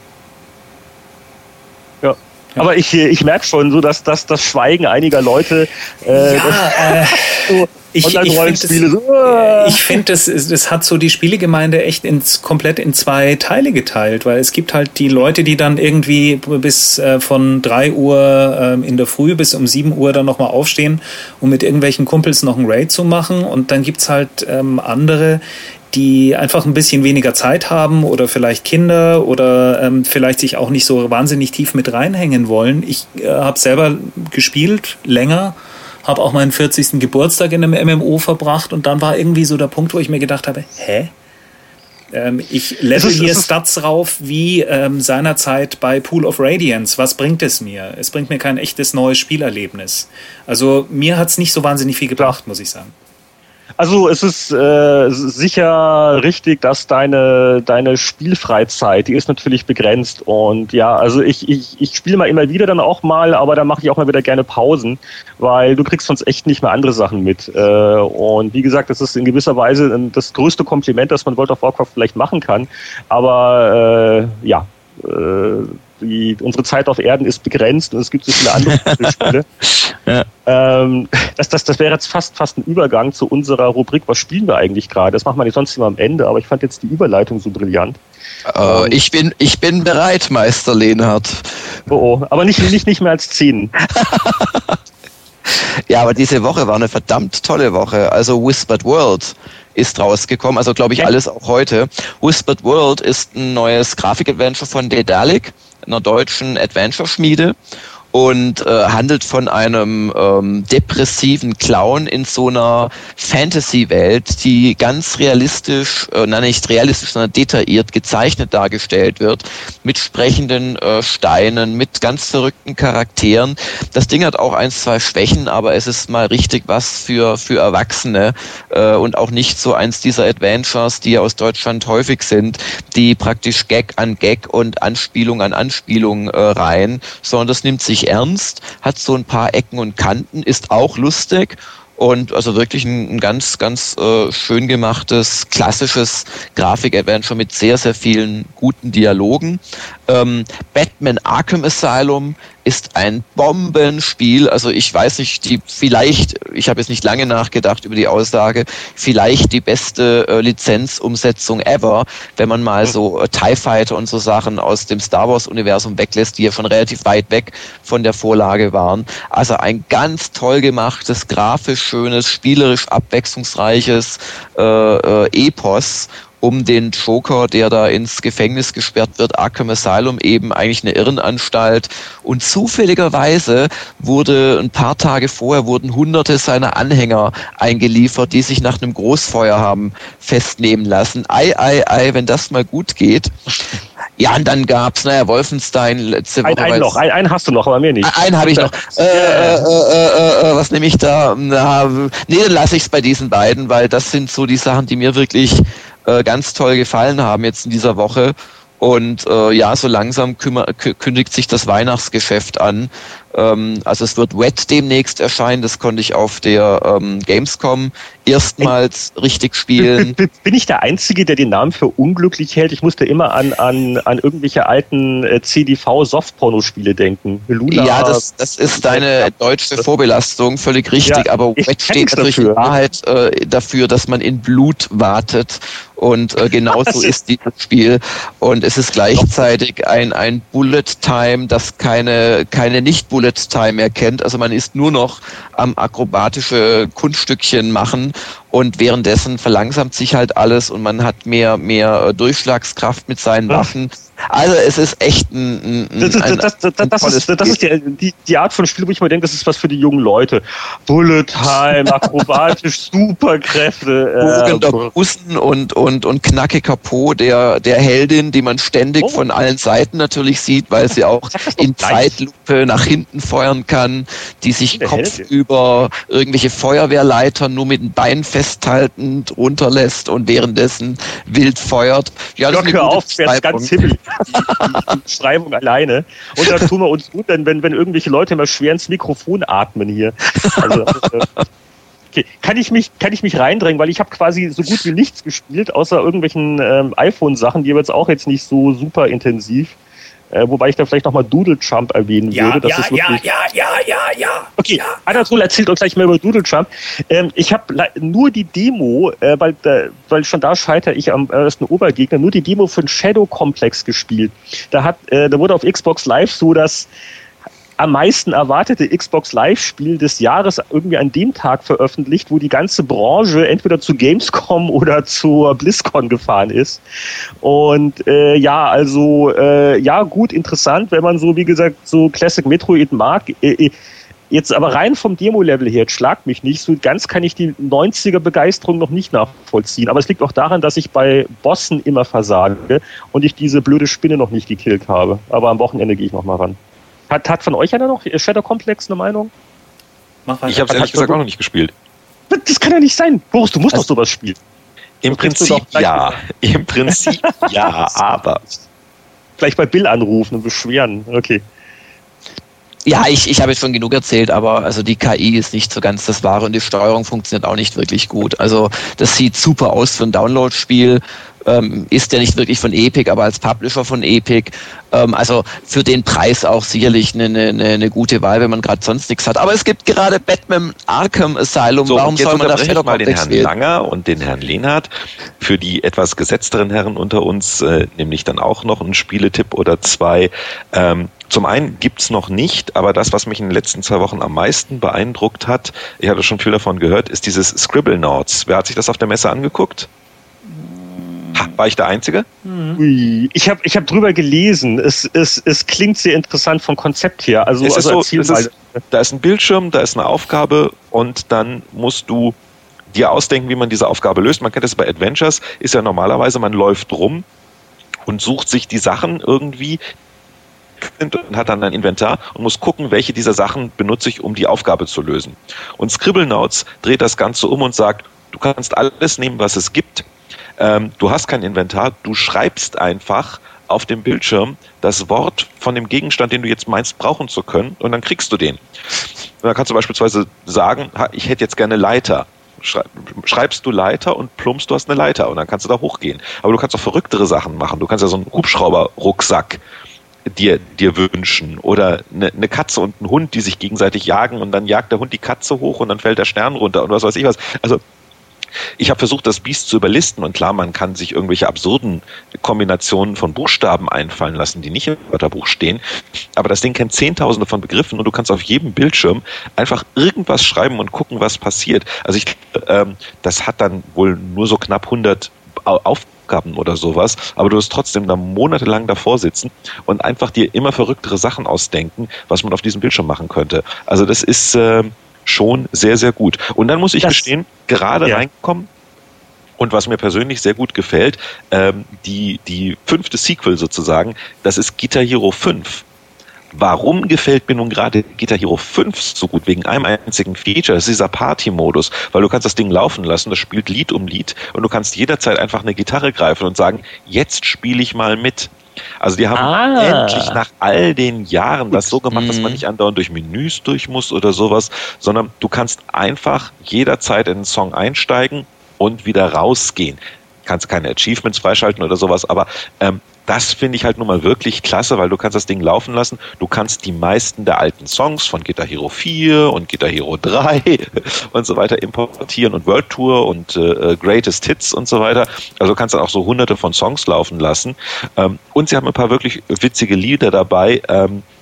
Speaker 2: Ja. Ja. Aber ich, ich merke schon so, dass, dass das Schweigen einiger Leute äh,
Speaker 1: ja, äh,
Speaker 2: so
Speaker 1: ich, ich
Speaker 2: Online-Rollenspiele
Speaker 1: finde,
Speaker 2: so, äh.
Speaker 1: ich find, das, das hat so die Spielegemeinde echt ins, komplett in zwei Teile geteilt, weil es gibt halt die Leute, die dann irgendwie bis äh, von drei Uhr äh, in der Früh bis um sieben Uhr dann nochmal aufstehen, um mit irgendwelchen Kumpels noch einen Raid zu machen, und dann gibt's halt ähm, andere, die einfach ein bisschen weniger Zeit haben oder vielleicht Kinder oder ähm, vielleicht sich auch nicht so wahnsinnig tief mit reinhängen wollen. Ich äh, habe selber gespielt, länger, habe auch meinen vierzigsten Geburtstag in einem M M O verbracht, und dann war irgendwie so der Punkt, wo ich mir gedacht habe, hä? Ähm, ich level
Speaker 2: ist,
Speaker 1: hier Stats rauf wie ähm, seinerzeit bei Pool of Radiance. Was bringt es mir? Es bringt mir kein echtes neues Spielerlebnis. Also mir hat es nicht so wahnsinnig viel gebracht, muss ich sagen.
Speaker 2: Also es ist äh, sicher richtig, dass deine deine Spielfreizeit, die ist natürlich begrenzt, und ja, also ich ich ich spiele mal immer wieder dann auch mal, aber dann mache ich auch mal wieder gerne Pausen, weil du kriegst sonst echt nicht mehr andere Sachen mit. Äh, und wie gesagt, das ist in gewisser Weise das größte Kompliment, das man World of Warcraft vielleicht machen kann, aber äh, ja, äh, die, unsere Zeit auf Erden ist begrenzt und es gibt so viele andere Spiele. Ja. Ähm, das, das, das wäre jetzt fast, fast ein Übergang zu unserer Rubrik, was spielen wir eigentlich gerade? Das macht man nicht sonst immer am Ende, aber ich fand jetzt die Überleitung so brillant.
Speaker 5: Uh, ich bin, ich bin bereit, Meister Lehnhardt.
Speaker 2: Oh, oh. Aber nicht, nicht, nicht mehr als zehn.
Speaker 5: Ja, aber diese Woche war eine verdammt tolle Woche. Also Whispered World ist rausgekommen, also glaube ich ja. alles auch heute. Whispered World ist ein neues Grafik-Adventure von Daedalic, einer deutschen Adventure-Schmiede, und äh, handelt von einem ähm, depressiven Clown in so einer Fantasy-Welt, die ganz realistisch, äh, nein nicht realistisch, sondern detailliert gezeichnet dargestellt wird, mit sprechenden äh, Steinen, mit ganz verrückten Charakteren. Das Ding hat auch ein, zwei Schwächen, aber es ist mal richtig was für für Erwachsene äh, und auch nicht so eins dieser Adventures, die ja aus Deutschland häufig sind, die praktisch Gag an Gag und Anspielung an Anspielung äh, rein, sondern das nimmt sich ernst, hat so ein paar Ecken und Kanten, ist auch lustig und also wirklich ein, ein ganz, ganz äh, schön gemachtes, klassisches Grafik-Adventure mit sehr, sehr vielen guten Dialogen. Ähm, Batman Arkham Asylum ist ein Bombenspiel, also ich weiß nicht, die vielleicht, ich habe jetzt nicht lange nachgedacht über die Aussage, vielleicht die beste äh, Lizenzumsetzung ever, wenn man mal so äh, TIE Fighter und so Sachen aus dem Star Wars Universum weglässt, die ja schon relativ weit weg von der Vorlage waren. Also ein ganz toll gemachtes, grafisch schönes, spielerisch abwechslungsreiches äh, äh, Epos um den Joker, der da ins Gefängnis gesperrt wird, Arkham Asylum, eben eigentlich eine Irrenanstalt. Und zufälligerweise wurde ein paar Tage vorher wurden hunderte seiner Anhänger eingeliefert, die sich nach einem Großfeuer haben festnehmen lassen. Ei, ei, ei, wenn das mal gut geht. Ja, und dann gab's, naja, Wolfenstein letzte Woche.
Speaker 2: Ein, einen noch, einen, einen hast du noch, aber mehr nicht.
Speaker 5: Einen habe ich noch. Äh, äh, äh, äh, was nehme ich da? Na, nee, dann lasse ich es bei diesen beiden, weil das sind so die Sachen, die mir wirklich äh, ganz toll gefallen haben jetzt in dieser Woche. Und äh, ja, so langsam kümmer, kündigt sich das Weihnachtsgeschäft an. Ähm, also es wird Wet demnächst erscheinen, das konnte ich auf der ähm, Gamescom erstmals Ey, richtig spielen.
Speaker 2: Bin ich der Einzige, der den Namen für unglücklich hält? Ich musste immer an, an, an irgendwelche alten äh, C D V-Softporno-Spiele denken. Luna,
Speaker 5: ja, das, das ist deine deutsche Vorbelastung, völlig richtig. Ja, aber Wet steht natürlich dafür. in Wahrheit äh, dafür, dass man in Blut wartet. Und äh, genauso ist dieses Spiel. Und es ist gleichzeitig ein, ein Bullet Time, das keine, keine Nicht-Bullet Bullet Time mehr kennt. Also man ist nur noch am akrobatische Kunststückchen machen und währenddessen verlangsamt sich halt alles und man hat mehr, mehr Durchschlagskraft mit seinen Waffen. Also es ist echt ein, ein,
Speaker 2: das,
Speaker 5: ein,
Speaker 2: das, das, das, das ist, das ist die, die, die Art von Spiel, wo ich mir denke, das ist was für die jungen Leute. Bullet Time, akrobatisch, Superkräfte.
Speaker 5: Äh, Busen und, und, und knackiger Po der, der Heldin, die man ständig oh. von allen Seiten natürlich sieht, weil sie auch in Zeitlupe nach hinten feuern kann, die sich kopfüber irgendwelche Feuerwehrleitern nur mit den Beinen festhaltend runterlässt und währenddessen wild feuert. Ja, das
Speaker 2: Gott, hör auf, ich werde ganz himmelig. Die, die Beschreibung alleine. Und da tun wir uns gut, wenn, wenn, wenn irgendwelche Leute immer schwer ins Mikrofon atmen hier. Also, okay. Kann ich mich, kann ich mich reindrängen, weil ich habe quasi so gut wie nichts gespielt, außer irgendwelchen ähm, iPhone-Sachen, die aber jetzt auch jetzt nicht so super intensiv. Äh, wobei ich da vielleicht nochmal Doodle Trump erwähnen
Speaker 1: ja,
Speaker 2: würde. Das
Speaker 1: ja,
Speaker 2: ist wirklich
Speaker 1: ja, ja, ja, ja, ja.
Speaker 2: Okay,
Speaker 1: ja.
Speaker 2: Anatol erzählt uns gleich mal über Doodle Trump. Ähm, ich habe nur die Demo, äh, weil, äh, weil schon da scheitere ich am ersten Obergegner, nur die Demo für den Shadow Complex gespielt. Da hat, äh, da wurde auf Xbox Live so das am meisten erwartete Xbox Live-Spiel des Jahres irgendwie an dem Tag veröffentlicht, wo die ganze Branche entweder zu Gamescom oder zur BlizzCon gefahren ist. Und äh, ja, also äh, ja, gut, interessant, wenn man so, wie gesagt, so Classic Metroid mag. Äh, jetzt aber rein vom Demo-Level her, jetzt schlagt mich nicht, so ganz kann ich die neunziger-Begeisterung noch nicht nachvollziehen. Aber es liegt auch daran, dass ich bei Bossen immer versage und ich diese blöde Spinne noch nicht gekillt habe. Aber am Wochenende gehe ich noch mal ran. Hat, hat von euch einer noch Shadow Complex eine Meinung?
Speaker 4: Mach ich habe es ehrlich gesagt auch noch nicht gespielt.
Speaker 2: Das kann ja nicht sein. Boris, du musst also, doch sowas spielen.
Speaker 4: Im Prinzip ja. Im Prinzip ja, aber.
Speaker 2: Gleich bei Bill anrufen und beschweren. Okay.
Speaker 5: Ja, ich, ich habe jetzt schon genug erzählt, aber also die K I ist nicht so ganz das Wahre und die Steuerung funktioniert auch nicht wirklich gut. Also das sieht super aus für ein Download-Spiel. Ähm, ist ja nicht wirklich von Epic, aber als Publisher von Epic. Ähm, also für den Preis auch sicherlich eine, eine, eine gute Wahl, wenn man gerade sonst nichts hat. Aber es gibt gerade Batman Arkham Asylum.
Speaker 4: So,
Speaker 5: warum soll man da
Speaker 4: Shadow mal den Herrn wählen? Langer und den Herrn Lehnhardt für die etwas gesetzteren Herren unter uns, äh, nämlich dann auch noch ein Spieletipp oder zwei. Ähm, Zum einen gibt's noch nicht, aber das, was mich in den letzten zwei Wochen am meisten beeindruckt hat, ich hatte schon viel davon gehört, ist dieses Scribblenauts. Wer hat sich das auf der Messe angeguckt? Ha, war ich der Einzige?
Speaker 2: Mhm. Ich habe ich hab drüber gelesen. Es, es, es klingt sehr interessant vom Konzept her. Also,
Speaker 4: es ist
Speaker 2: also
Speaker 4: so, es ist, da ist ein Bildschirm, da ist eine Aufgabe und dann musst du dir ausdenken, wie man diese Aufgabe löst. Man kennt das bei Adventures, ist ja normalerweise, man läuft rum und sucht sich die Sachen irgendwie und hat dann ein Inventar und muss gucken, welche dieser Sachen benutze ich, um die Aufgabe zu lösen. Und Scribblenauts dreht das Ganze um und sagt, du kannst alles nehmen, was es gibt. Ähm, du hast kein Inventar, du schreibst einfach auf dem Bildschirm das Wort von dem Gegenstand, den du jetzt meinst, brauchen zu können, und dann kriegst du den. Und dann kannst du beispielsweise sagen, ich hätte jetzt gerne Leiter. Schreibst du Leiter und plumpst, du hast eine Leiter, und dann kannst du da hochgehen. Aber du kannst auch verrücktere Sachen machen. Du kannst ja so einen Hubschrauber-Rucksack dir, dir wünschen oder eine, eine Katze und ein Hund, die sich gegenseitig jagen, und dann jagt der Hund die Katze hoch und dann fällt der Stern runter und was weiß ich was. Also ich habe versucht, das Biest zu überlisten, und klar, man kann sich irgendwelche absurden Kombinationen von Buchstaben einfallen lassen, die nicht im Wörterbuch stehen, aber das Ding kennt Zehntausende von Begriffen und du kannst auf jedem Bildschirm einfach irgendwas schreiben und gucken, was passiert. Also ich, ähm, das hat dann wohl nur so knapp hundert Aufgaben oder sowas, aber du wirst trotzdem da monatelang davor sitzen und einfach dir immer verrücktere Sachen ausdenken, was man auf diesem Bildschirm machen könnte. Also das ist äh, schon sehr, sehr gut. Und dann muss ich das, gestehen, gerade ja. reinkommen, und was mir persönlich sehr gut gefällt, ähm, die, die fünfte Sequel sozusagen, das ist Guitar Hero fünf. Warum gefällt mir nun gerade Guitar Hero fünf so gut? Wegen einem einzigen Feature, das ist dieser Party-Modus, weil du kannst das Ding laufen lassen, das spielt Lied um Lied, und du kannst jederzeit einfach eine Gitarre greifen und sagen, jetzt spiele ich mal mit. Also die haben ah. endlich nach all den Jahren das so gemacht, dass man nicht andauernd durch Menüs durch muss oder sowas, sondern du kannst einfach jederzeit in den Song einsteigen und wieder rausgehen. Kannst keine Achievements freischalten oder sowas, aber ähm, das finde ich halt nun mal wirklich klasse, weil du kannst das Ding laufen lassen. Du kannst die meisten der alten Songs von Guitar Hero vier und Guitar Hero drei und so weiter importieren, und World Tour und äh, Greatest Hits und so weiter. Also du kannst dann auch so hunderte von Songs laufen lassen. Ähm, und sie haben ein paar wirklich witzige Lieder dabei. Ähm,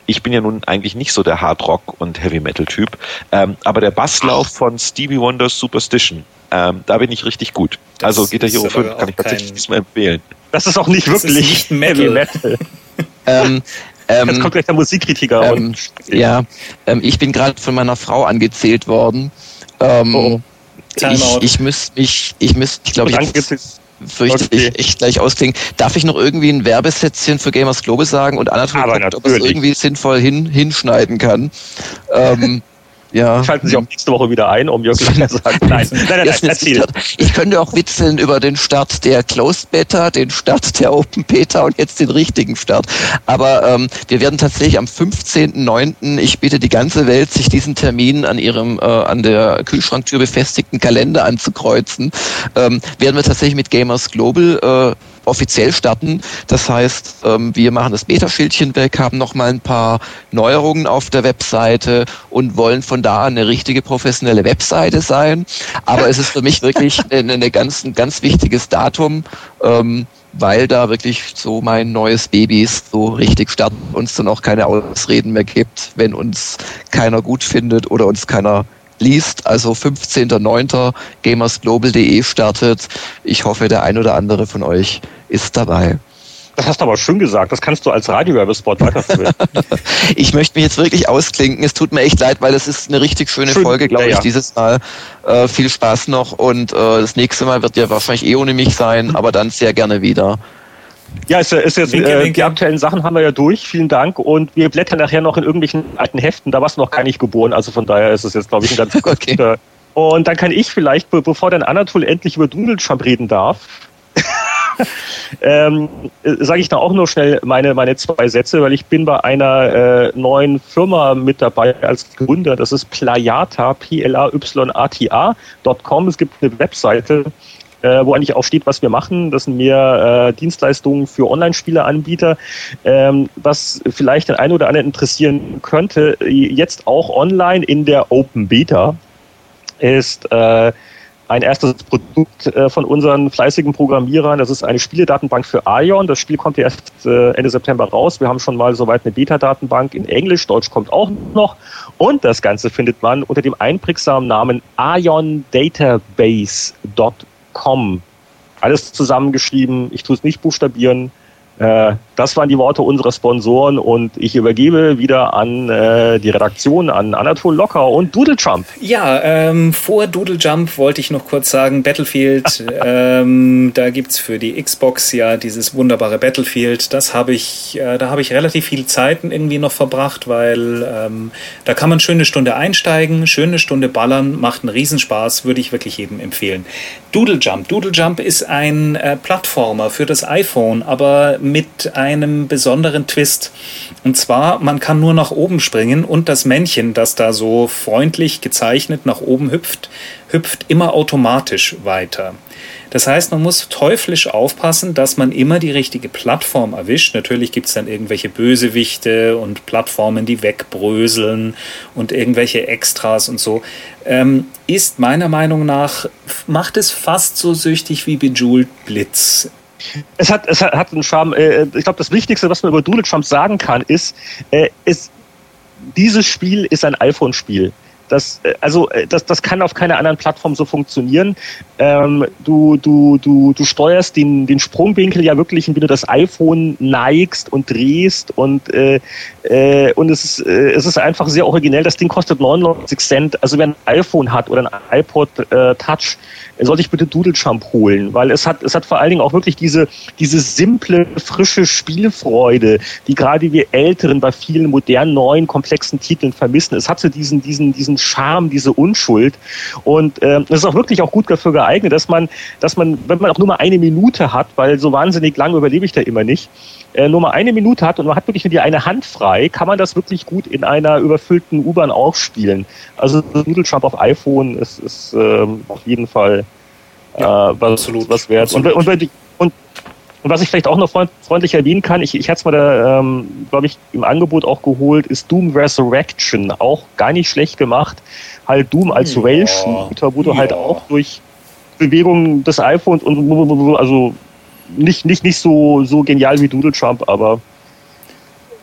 Speaker 4: ich bin ja nun eigentlich nicht so der Hard-Rock- und Heavy-Metal-Typ, ähm, aber der Basslauf von Stevie Wonders Superstition, ähm, da bin ich richtig gut. Das also Guitar Hero fünf kann ich tatsächlich diesmal empfehlen.
Speaker 2: Das ist auch nicht das wirklich
Speaker 1: nicht Metal. Heavy Metal.
Speaker 5: ähm, ähm,
Speaker 2: Jetzt kommt gleich der Musikkritiker.
Speaker 5: Ähm,
Speaker 2: und
Speaker 5: ja, ähm, ich bin gerade von meiner Frau angezählt worden. Ähm, oh. Ich, ich müsste mich, ich müsste, ich glaube, ich fürchte okay. ich echt gleich ausklingen. Darf ich noch irgendwie ein Werbesätzchen für Gamers Global sagen und Anatol guckt, ob es irgendwie sinnvoll hin, hinschneiden kann? ähm, Ja.
Speaker 2: Schalten Sie auch nächste Woche wieder ein, um Jörg zu sagen. Nein, nein, nein, nein, erzähl.
Speaker 5: Ich könnte auch witzeln über den Start der Closed Beta, den Start der Open Beta und jetzt den richtigen Start. Aber ähm, wir werden tatsächlich am fünfzehnten neunten ich bitte die ganze Welt, sich diesen Termin an ihrem äh, an der Kühlschranktür befestigten Kalender anzukreuzen, ähm, werden wir tatsächlich mit Gamers Global äh, offiziell starten. Das heißt, ähm, wir machen das Beta-Schildchen weg, haben nochmal ein paar Neuerungen auf der Webseite und wollen von da an eine richtige professionelle Webseite sein. Aber es ist für mich wirklich eine, eine ganz, ein ganz wichtiges Datum, ähm, weil da wirklich so mein neues Baby ist, so richtig startet, uns dann auch keine Ausreden mehr gibt, wenn uns keiner gut findet oder uns keiner liest. Also fünfzehnten neunten gamersglobal punkt de startet. Ich hoffe, der ein oder andere von euch ist dabei.
Speaker 2: Das hast du aber schön gesagt. Das kannst du als Radiowerbespot weiterführen.
Speaker 5: Ich möchte mich jetzt wirklich ausklinken. Es tut mir echt leid, weil es ist eine richtig schöne schön. Folge, glaube ja, ich, ja. dieses Mal. Äh, viel Spaß noch und äh, das nächste Mal wird ja wahrscheinlich eh ohne mich sein, aber dann sehr gerne wieder.
Speaker 2: Ja, ist, ist jetzt, winke, äh, winke. Die aktuellen Sachen haben wir ja durch. Vielen Dank. Und wir blättern nachher noch in irgendwelchen alten Heften. Da warst du noch gar nicht geboren. Also von daher ist es jetzt, glaube ich, ein ganz okay. guter. Und dann kann ich vielleicht, bevor dann Anatol endlich über Doodle Jump reden darf, ähm, sage ich da auch nur schnell meine, meine zwei Sätze, weil ich bin bei einer äh, neuen Firma mit dabei als Gründer. Das ist Playata, P L A Y A T A Punkt com. Es gibt eine Webseite, Äh, wo eigentlich auch steht, was wir machen. Das sind mehr äh, Dienstleistungen für Online-Spieleanbieter. Ähm, was vielleicht den einen oder anderen interessieren könnte, jetzt auch online in der Open Beta ist äh, ein erstes Produkt äh, von unseren fleißigen Programmierern. Das ist eine Spieledatenbank für Aion. Das Spiel kommt ja erst äh, Ende September raus. Wir haben schon mal soweit eine Beta-Datenbank in Englisch. Deutsch kommt auch noch. Und das Ganze findet man unter dem einprägsamen Namen aion database Punkt com. Alles zusammengeschrieben. Ich tue es nicht buchstabieren. Äh, das waren die Worte unserer Sponsoren und ich übergebe wieder an äh, die Redaktion, an Anatol Locker und Doodle Jump.
Speaker 1: Ja, ähm, vor Doodle Jump wollte ich noch kurz sagen, Battlefield, ähm, da gibt's für die Xbox ja dieses wunderbare Battlefield. Das habe ich, äh, da habe ich relativ viel Zeit irgendwie noch verbracht, weil ähm, da kann man schöne Stunde einsteigen, schöne Stunde ballern, macht einen Riesenspaß, würde ich wirklich jedem empfehlen. Doodle Jump. Doodle Jump ist ein äh, Plattformer für das iPhone, aber mit einem besonderen Twist. Und zwar, man kann nur nach oben springen und das Männchen, das da so freundlich gezeichnet nach oben hüpft, hüpft immer automatisch weiter. Das heißt, man muss teuflisch aufpassen, dass man immer die richtige Plattform erwischt. Natürlich gibt es dann irgendwelche Bösewichte und Plattformen, die wegbröseln und irgendwelche Extras und so. Ähm, ist meiner Meinung nach, macht es fast so süchtig wie Bejeweled Blitz.
Speaker 2: Es hat, es hat einen Charme. Ich glaube, das Wichtigste, was man über Doodle Jump sagen kann, ist, ist dieses Spiel ist ein iPhone-Spiel. Das, also das, das kann auf keiner anderen Plattform so funktionieren. Ähm, du, du, du, du steuerst den, den Sprungwinkel ja wirklich, indem du das iPhone neigst und drehst und, äh, äh, und es, ist, äh, es ist einfach sehr originell. Das Ding kostet neunundneunzig Cent. Also wer ein iPhone hat oder ein iPod äh, Touch, sollte ich bitte Doodle Jump holen, weil es hat, es hat vor allen Dingen auch wirklich diese, diese simple, frische Spielfreude, die gerade wir Älteren bei vielen modernen, neuen, komplexen Titeln vermissen. Es hat so diesen, diesen, diesen Charme, diese Unschuld und äh, es ist auch wirklich auch gut dafür geeignet, dass man, dass man, wenn man auch nur mal eine Minute hat, weil so wahnsinnig lange überlebe ich da immer nicht, äh, nur mal eine Minute hat und man hat wirklich nur die eine Hand frei, kann man das wirklich gut in einer überfüllten U-Bahn auch spielen. Also Doodle Jump auf iPhone ist, ist äh, auf jeden Fall
Speaker 1: ja,
Speaker 2: äh, was, absolut, was wert. Und, und, und, und, und was ich vielleicht auch noch freund, freundlich erwähnen kann, ich, ich hatte es mal da, ähm, glaube ich, im Angebot auch geholt, ist Doom Resurrection. Auch gar nicht schlecht gemacht. Halt Doom als ja, Rail-Shooter, wo ja. du halt auch durch Bewegungen des iPhones und also nicht, nicht, nicht so, so genial wie Doodle Jump, aber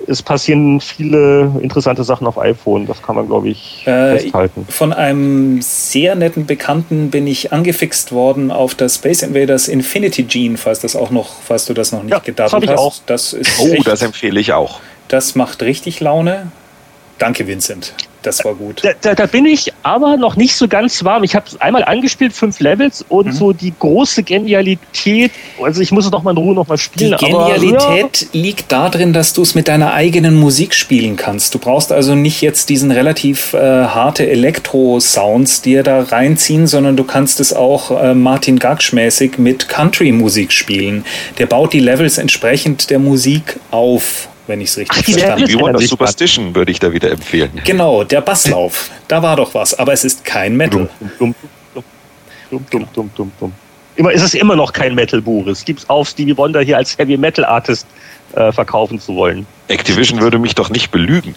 Speaker 2: es passieren viele interessante Sachen auf iPhone, das kann man, glaube ich, äh, festhalten.
Speaker 1: Von einem sehr netten Bekannten bin ich angefixt worden auf das Space Invaders Infinity Gene, falls das auch noch, falls du das noch nicht
Speaker 2: ja,
Speaker 1: gedatet
Speaker 2: das
Speaker 1: hast.
Speaker 2: Auch.
Speaker 1: Das ist
Speaker 4: oh,
Speaker 1: echt,
Speaker 4: das empfehle ich auch.
Speaker 1: Das macht richtig Laune. Danke, Vincent. Das war gut.
Speaker 2: Da, da, da bin ich aber noch nicht so ganz warm. Ich habe es einmal angespielt, fünf Levels und mhm. so die große Genialität, also ich muss es noch mal in Ruhe noch mal spielen.
Speaker 1: Die Genialität aber, ja. liegt darin, dass du es mit deiner eigenen Musik spielen kannst. Du brauchst also nicht jetzt diesen relativ äh, harte Elektro-Sounds dir da reinziehen, sondern du kannst es auch äh, Martin Gaksch-mäßig mit Country-Musik spielen. Der baut die Levels entsprechend der Musik auf. Wenn ich es richtig
Speaker 2: Ach,
Speaker 1: verstanden habe.
Speaker 4: Wie Wonder Superstition würde ich da wieder empfehlen.
Speaker 1: Genau, der Basslauf. Da war doch was. Aber es ist kein Metal.
Speaker 2: Dumm, dumm, dumm, dumm, dumm, dumm, dumm. Immer, es ist immer noch kein Metal, Boris. Gib's auf, Stevie Wonder hier als Heavy Metal Artist äh, verkaufen zu wollen.
Speaker 4: Activision würde mich doch nicht belügen.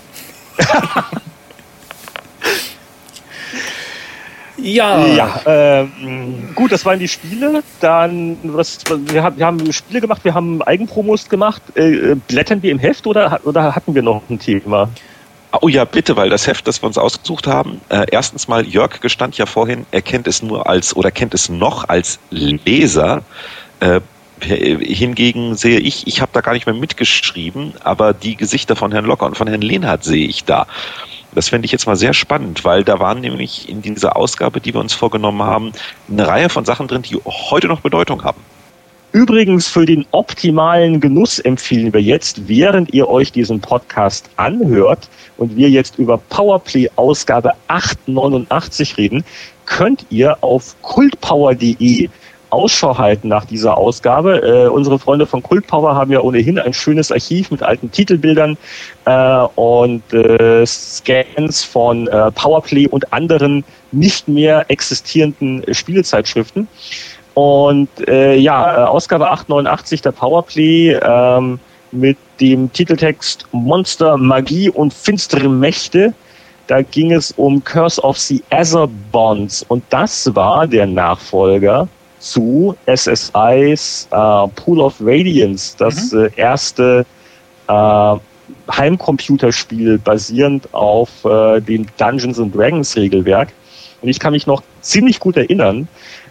Speaker 1: Ja,
Speaker 2: ja ähm, gut, das waren die Spiele. Dann, was, wir, haben, wir haben Spiele gemacht, wir haben Eigenpromos gemacht. Äh, blättern wir im Heft oder, oder hatten wir noch ein Thema?
Speaker 4: Oh ja, bitte, weil das Heft, das wir uns ausgesucht haben, äh, erstens mal, Jörg gestand ja vorhin, er kennt es nur als, oder kennt es noch als Leser. Äh, hingegen sehe ich, ich habe da gar nicht mehr mitgeschrieben, aber die Gesichter von Herrn Locker und von Herrn Lehnhardt sehe ich da. Das fände ich jetzt mal sehr spannend, weil da waren nämlich in dieser Ausgabe, die wir uns vorgenommen haben, eine Reihe von Sachen drin, die heute noch Bedeutung haben.
Speaker 2: Übrigens, für den optimalen Genuss empfehlen wir jetzt, während ihr euch diesen Podcast anhört und wir jetzt über Powerplay Ausgabe achthundertneunundachtzig reden, könnt ihr auf kultpower punkt de Ausschau halten nach dieser Ausgabe. Äh, unsere Freunde von Kultpower haben ja ohnehin ein schönes Archiv mit alten Titelbildern äh, und äh, Scans von äh, Powerplay und anderen nicht mehr existierenden äh, Spielezeitschriften. Und äh, ja, äh, Ausgabe achthundertneunundachtzig der Powerplay ähm, mit dem Titeltext Monster, Magie und finstere Mächte. Da ging es um Curse of the Aether Bonds und das war der Nachfolger zu S S Is äh, Pool of Radiance, das mhm. äh, erste äh, Heimcomputerspiel basierend auf äh, dem Dungeons and Dragons Regelwerk. Und ich kann mich noch ziemlich gut erinnern,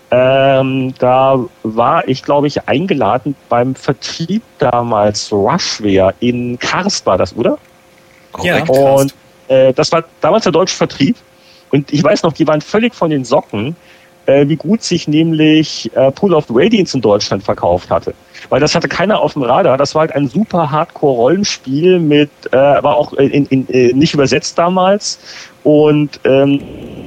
Speaker 2: ähm, da war ich, glaube ich, eingeladen beim Vertrieb damals Rushware in Karst war das, oder?
Speaker 1: Ja,
Speaker 2: und äh, das war damals der deutsche Vertrieb. Und ich weiß noch, die waren völlig von den Socken, äh, wie gut sich nämlich äh, Pool of Radiance in Deutschland verkauft hatte. Weil das hatte keiner auf dem Radar. Das war halt ein super Hardcore-Rollenspiel mit, äh, war auch in, in, in, nicht übersetzt damals und ähm,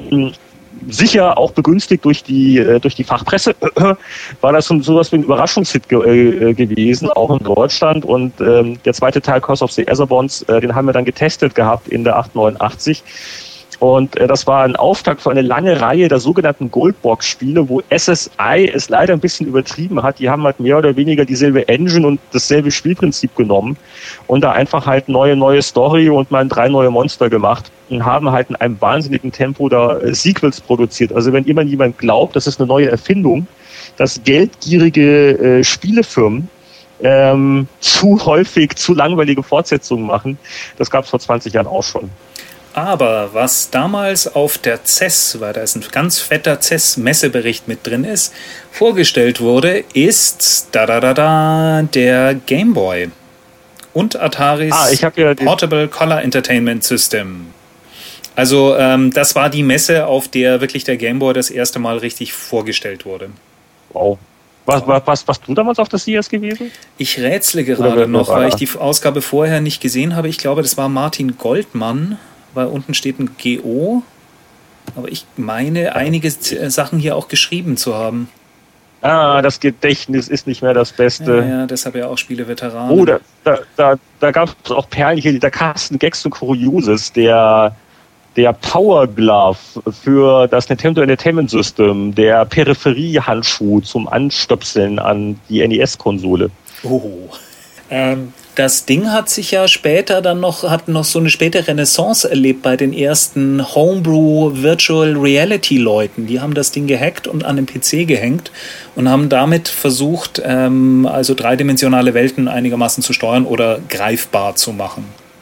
Speaker 2: sicher auch begünstigt durch die äh, durch die Fachpresse, war das so sowas wie ein Überraschungshit ge- äh, gewesen, auch in Deutschland. Und ähm, der zweite Teil, Curse of the Aether Bonds, äh, den haben wir dann getestet gehabt in der achthundertneunundachtzig. Und äh, das war ein Auftakt für eine lange Reihe der sogenannten Goldbox-Spiele, wo S S I es leider ein bisschen übertrieben hat. Die haben halt mehr oder weniger dieselbe Engine und dasselbe Spielprinzip genommen und da einfach halt neue, neue Story und mal drei neue Monster gemacht und haben halt in einem wahnsinnigen Tempo da äh, Sequels produziert. Also wenn jemand jemand glaubt, das ist eine neue Erfindung, dass geldgierige äh, Spielefirmen ähm, zu häufig, zu langweilige Fortsetzungen machen, das gab es vor zwanzig Jahren auch schon.
Speaker 1: Aber was damals auf der C E S, weil da ist ein ganz fetter C E S-Messebericht mit drin ist, vorgestellt wurde, ist da da da da der Game Boy und Ataris
Speaker 2: ah, ich hab ja
Speaker 1: Portable Color Entertainment System. Also ähm, das war die Messe, auf der wirklich der Game Boy das erste Mal richtig vorgestellt wurde.
Speaker 2: Wow. Was, was, was, warst du damals auf der C E S gewesen?
Speaker 1: Ich rätsle gerade noch, weil ich die Ausgabe vorher nicht gesehen habe. Ich glaube, das war Martin Goldmann, weil unten steht ein G O. Aber ich meine, einige Sachen hier auch geschrieben zu haben.
Speaker 2: Ah, das Gedächtnis ist nicht mehr das Beste.
Speaker 1: Ja, ja, deshalb ja auch Spieleveteranen.
Speaker 2: Oh, da, da, da, da gab es auch Perlen hier, der Carsten Gags und Kurioses, der, der Power Glove für das Nintendo Entertainment System, der Peripheriehandschuh zum Anstöpseln an die N E S-Konsole.
Speaker 1: Oh. Ähm, das Ding hat sich ja später dann noch, hat noch so eine späte Renaissance erlebt bei den ersten Homebrew Virtual Reality Leuten. Die haben das Ding gehackt und an den P C gehängt und haben damit versucht, ähm, also dreidimensionale Welten einigermaßen zu steuern oder greifbar zu machen.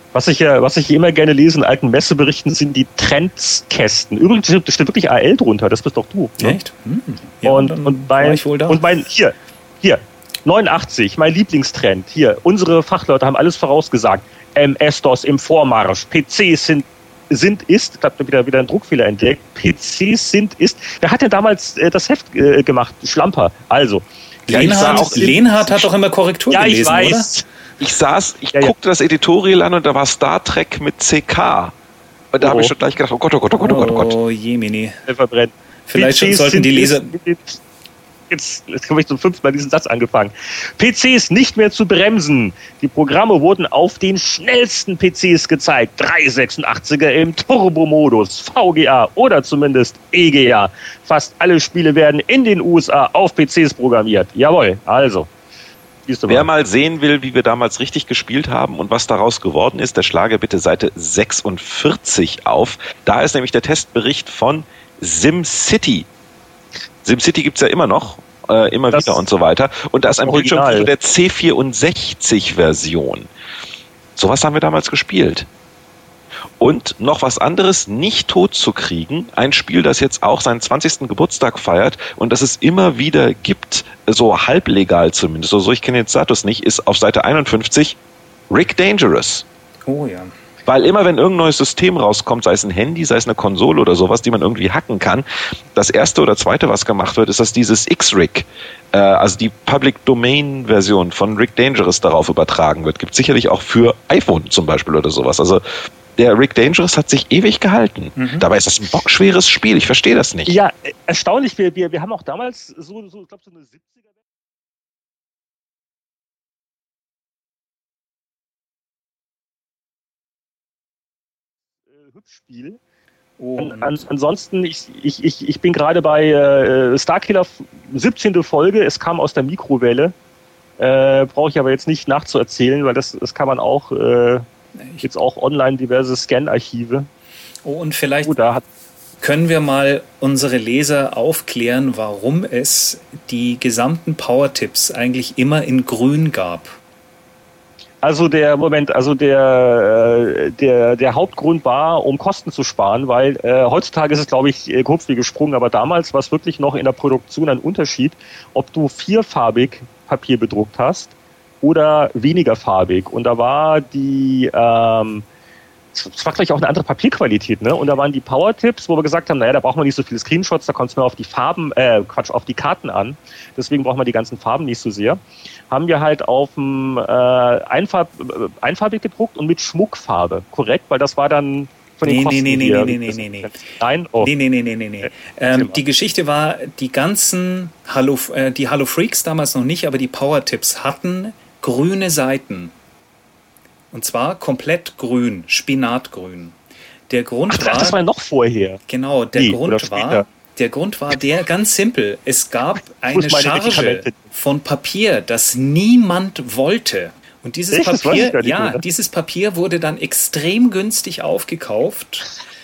Speaker 2: Was ich ja, was ich immer gerne lese in alten Messeberichten, sind die Trendskästen. Übrigens da steht wirklich A L drunter, das bist doch du. Ne?
Speaker 1: Echt? Hm. Ja,
Speaker 2: und, und, mein, und mein, hier, hier, neunundachtzig, mein Lieblingstrend. Hier, unsere Fachleute haben alles vorausgesagt. M S-DOS im Vormarsch, P Cs sind, sind ist, ich habe wieder, wieder einen Druckfehler entdeckt, P Cs sind, ist. Wer hat denn damals äh, das Heft äh, gemacht? Schlamper. Also.
Speaker 1: Lehnhardt, auch Lehnhardt hat doch immer Korrektur
Speaker 2: ja,
Speaker 1: gelesen,
Speaker 2: ich weiß.
Speaker 1: oder?
Speaker 4: Ich saß, ich
Speaker 2: ja,
Speaker 4: guckte ja. das Editorial an und da war Star Trek mit C K. Und da oh. habe ich schon gleich gedacht, oh Gott, oh Gott, oh Gott, oh Gott, oh Gott.
Speaker 1: Oh je, Mini.
Speaker 2: Verbrennt.
Speaker 1: Vielleicht P Cs sollten die Leser...
Speaker 2: Jetzt, jetzt, jetzt habe ich zum fünften Mal diesen Satz angefangen. P Cs nicht mehr zu bremsen. Die Programme wurden auf den schnellsten P Cs gezeigt. drei sechsundachtziger im Turbo-Modus, V G A oder zumindest E G A. Fast alle Spiele werden in den U S A auf P Cs programmiert. Jawohl, also...
Speaker 4: Wer mal sehen will, wie wir damals richtig gespielt haben und was daraus geworden ist, der schlage bitte Seite sechsundvierzig auf. Da ist nämlich der Testbericht von SimCity. SimCity gibt's ja immer noch, äh, immer das wieder und so weiter. Und da ist ein Bildschirm der C vierundsechzig-Version. Sowas haben wir damals gespielt. Und noch was anderes nicht tot zu kriegen, ein Spiel, das jetzt auch seinen zwanzigsten Geburtstag feiert und das es immer wieder gibt, so halblegal zumindest, so ich kenne den Status nicht, ist auf Seite einundfünfzig Rick Dangerous.
Speaker 1: Oh ja.
Speaker 4: Weil immer, wenn irgendein neues System rauskommt, sei es ein Handy, sei es eine Konsole oder sowas, die man irgendwie hacken kann, das erste oder zweite, was gemacht wird, ist, dass dieses X-Rig, äh, also die Public-Domain-Version von Rick Dangerous darauf übertragen wird. Gibt es sicherlich auch für iPhone zum Beispiel oder sowas. Also der Rick Dangerous hat sich ewig gehalten. Mhm. Dabei ist das ein bockschweres Spiel. Ich verstehe das nicht.
Speaker 2: Ja, erstaunlich. Wir, wir, wir haben auch damals so, so ich glaube, so eine siebziger Hübschspiel. Oh, an, an, ansonsten, ich, ich, ich, ich bin gerade bei äh, Starkiller siebzehnte Folge. Es kam aus der Mikrowelle. Äh, brauche ich aber jetzt nicht nachzuerzählen, weil das, das kann man auch... Äh, jetzt auch online diverse Scan-Archive.
Speaker 1: Oh, und vielleicht
Speaker 2: oh, da hat
Speaker 1: können wir mal unsere Leser aufklären, warum es die gesamten Power-Tipps eigentlich immer in grün gab.
Speaker 2: Also der Moment, also der der der Hauptgrund war, um Kosten zu sparen, weil äh, heutzutage ist es, glaube ich, kurz wie gesprungen, aber damals war es wirklich noch in der Produktion ein Unterschied, ob du vierfarbig Papier bedruckt hast oder weniger farbig. Und da war die, ähm, es war gleich auch eine andere Papierqualität, ne? Und da waren die Power-Tipps, wo wir gesagt haben, naja, da braucht man nicht so viele Screenshots, da kommt es nur auf die Farben, äh, Quatsch, auf die Karten an. Deswegen braucht man die ganzen Farben nicht so sehr. Haben wir halt auf dem äh, Einfarb, äh, einfarbig gedruckt und mit Schmuckfarbe, korrekt? Weil das war dann von den
Speaker 1: nee,
Speaker 2: Kosten
Speaker 1: nee, nee,
Speaker 2: hier.
Speaker 1: Nee, nee, nee, nee, nee.
Speaker 2: Nein? Oh.
Speaker 1: Nee, nee, nee, nee, nee, nee. Ähm, die Geschichte war, die ganzen Hallo, äh, die Hallo Freaks damals noch nicht, aber die Power-Tipps hatten grüne Seiten. Und zwar komplett grün, spinatgrün. Der Grund
Speaker 2: Ach,
Speaker 1: war...
Speaker 2: das war noch vorher.
Speaker 1: Genau, der
Speaker 2: nee,
Speaker 1: Grund war... Der Grund war der ganz simpel. Es gab eine Charge von Papier, das niemand wollte. Und dieses
Speaker 2: Echt?
Speaker 1: Papier, ja, mehr. dieses Papier wurde dann extrem günstig aufgekauft.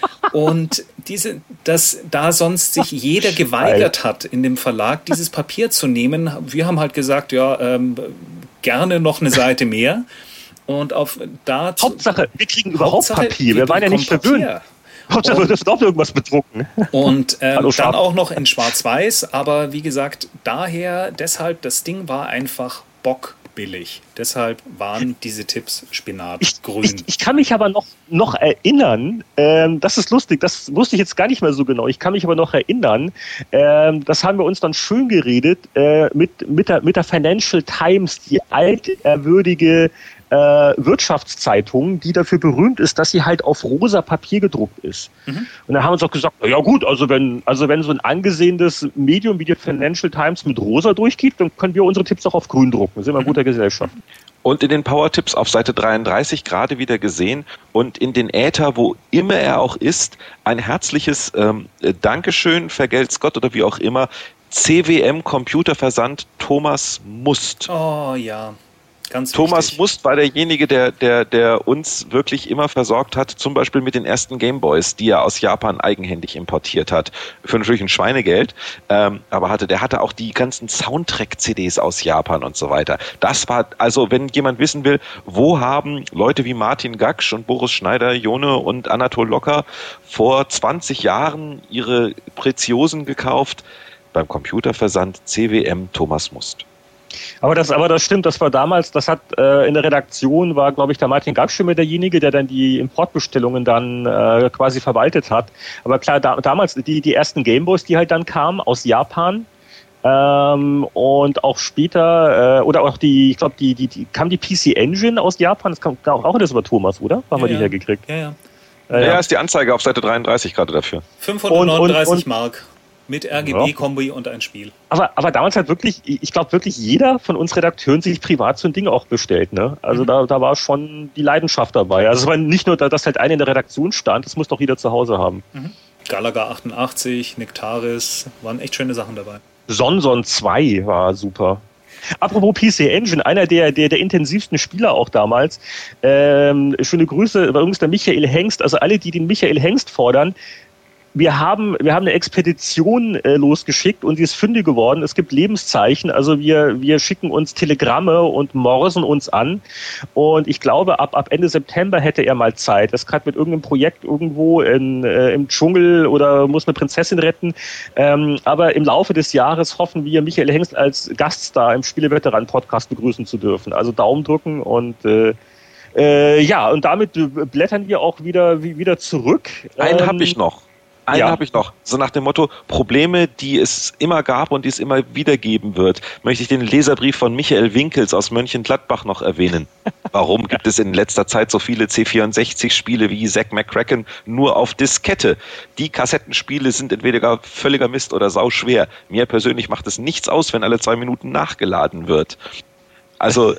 Speaker 1: Und diese, dass da sonst sich jeder geweigert hat, in dem Verlag dieses Papier zu nehmen, wir haben halt gesagt, ja, ähm, gerne noch eine Seite mehr. Und auf da
Speaker 2: Hauptsache, wir kriegen überhaupt Hauptsache, Papier. Wir, wir waren ja nicht verwöhnt. Hauptsache, wir dürfen auch irgendwas bedrucken.
Speaker 1: Und ähm, Hallo, dann auch noch in Schwarz-Weiß. Aber wie gesagt, daher, deshalb, das Ding war einfach bockbillig. Deshalb waren diese Tipps spinatgrün.
Speaker 2: Ich, ich, ich kann mich aber noch, noch erinnern, ähm, das ist lustig, das wusste ich jetzt gar nicht mehr so genau. Ich kann mich aber noch erinnern, ähm, das haben wir uns dann schön geredet äh, mit, mit, der, mit der Financial Times, die altehrwürdige äh, Wirtschaftszeitung, die dafür berühmt ist, dass sie halt auf rosa Papier gedruckt ist. Mhm. Und dann haben wir uns auch gesagt, na ja gut, also wenn, also wenn so ein angesehenes Medium wie die Financial Times mit rosa durchgeht, dann können wir unsere Tipps auch auf grün drucken. Das sind wir in guter Gesellschaft.
Speaker 4: Und in den Power-Tipps auf Seite dreiunddreißig gerade wieder gesehen und in den Äther, wo immer er auch ist, ein herzliches ähm, Dankeschön, vergelt's Gott oder wie auch immer, C W M Computerversand Thomas Must.
Speaker 1: Oh ja.
Speaker 4: Ganz Thomas wichtig. Must war derjenige, der, der, der uns wirklich immer versorgt hat, zum Beispiel mit den ersten Gameboys, die er aus Japan eigenhändig importiert hat. Für natürlich ein Schweinegeld, ähm, aber hatte, der hatte auch die ganzen Soundtrack-C Ds aus Japan und so weiter. Das war, also wenn jemand wissen will, wo haben Leute wie Martin Gaksch und Boris Schneider-Jone und Anatol Locker vor zwanzig Jahren ihre Preziosen gekauft, beim Computerversand C W M Thomas Must.
Speaker 2: Aber das, aber das stimmt, das war damals, das hat äh, in der Redaktion war, glaube ich, der Martin Gabschimme derjenige, der dann die Importbestellungen dann äh, quasi verwaltet hat. Aber klar, da, damals die, die ersten Gameboys, die halt dann kamen aus Japan ähm, und auch später, äh, oder auch die, ich glaube, die, die, die kam die P C Engine aus Japan, das kam auch, auch das über Thomas, oder? Haben
Speaker 1: ja,
Speaker 2: wir die
Speaker 1: ja.
Speaker 2: hergekriegt?
Speaker 1: Ja, ja.
Speaker 4: Äh, ja, ja, ist die Anzeige auf Seite dreiunddreißig gerade dafür.
Speaker 1: fünfhundertneununddreißig
Speaker 2: und, und,
Speaker 1: Mark. Mit R G B-Kombi ja. und ein Spiel.
Speaker 2: Aber, aber damals hat wirklich, ich glaube wirklich jeder von uns Redakteuren sich privat so ein Ding auch bestellt. Ne? Also mhm. da, da war schon die Leidenschaft dabei. Also es war nicht nur, dass halt einer in der Redaktion stand, das muss doch jeder zu Hause haben.
Speaker 1: Mhm. Gallagher achtundachtzig, Nektaris, waren echt schöne Sachen dabei.
Speaker 2: Sonson zwei war super. Apropos P C Engine, einer der, der, der intensivsten Spieler auch damals. Ähm, schöne Grüße, übrigens der Michael Hengst, also alle, die den Michael Hengst fordern, Wir haben, wir haben eine Expedition äh, losgeschickt und die ist fündig geworden. Es gibt Lebenszeichen, also wir, wir schicken uns Telegramme und morsen uns an. Und ich glaube, ab, ab Ende September hätte er mal Zeit. Er ist gerade mit irgendeinem Projekt irgendwo in, äh, im Dschungel oder muss eine Prinzessin retten. Ähm, aber im Laufe des Jahres hoffen wir, Michael Hengst als Gaststar im Spieleveteranen-Podcast begrüßen zu dürfen. Also Daumen drücken und äh, äh, ja, und damit blättern wir auch wieder, wieder zurück.
Speaker 4: Einen
Speaker 2: ähm,
Speaker 4: habe ich noch. Einen ja. habe ich noch. So nach dem Motto, Probleme, die es immer gab und die es immer wieder geben wird, möchte ich den Leserbrief von Michael Winkels aus Mönchengladbach noch erwähnen. Warum gibt es in letzter Zeit so viele C vierundsechzig-Spiele wie Zack McCracken nur auf Diskette? Die Kassettenspiele sind entweder gar völliger Mist oder sauschwer. Mir persönlich macht es nichts aus, wenn alle zwei Minuten nachgeladen wird. Also...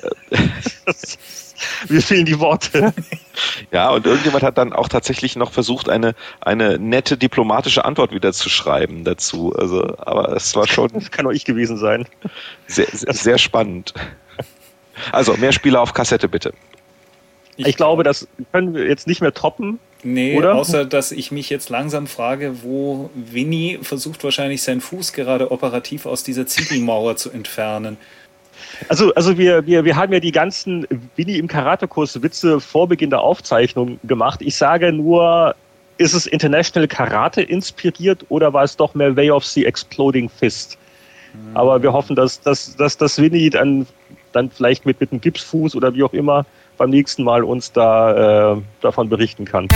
Speaker 2: Mir fehlen die Worte.
Speaker 4: Ja, und irgendjemand hat dann auch tatsächlich noch versucht, eine, eine nette diplomatische Antwort wieder zu schreiben dazu. Also, aber es war schon...
Speaker 2: Das kann auch ich gewesen sein.
Speaker 4: Sehr, sehr, sehr spannend. Also, mehr Spiele auf Kassette, bitte.
Speaker 2: Ich, ich glaube, das können wir jetzt nicht mehr toppen.
Speaker 1: Nee,
Speaker 2: oder?
Speaker 1: Außer, dass ich mich jetzt langsam frage, wo Winnie versucht wahrscheinlich seinen Fuß gerade operativ aus dieser Ziegelmauer zu entfernen.
Speaker 2: Also, also wir, wir, wir haben ja die ganzen Winnie im Karatekurs Witze vor Beginn der Aufzeichnung gemacht. Ich sage nur, ist es International Karate inspiriert oder war es doch mehr Way of the Exploding Fist? Mhm. Aber wir hoffen, dass, dass, dass, dass Winnie dann, dann vielleicht mit, mit einem Gipsfuß oder wie auch immer beim nächsten Mal uns da äh, davon berichten kann.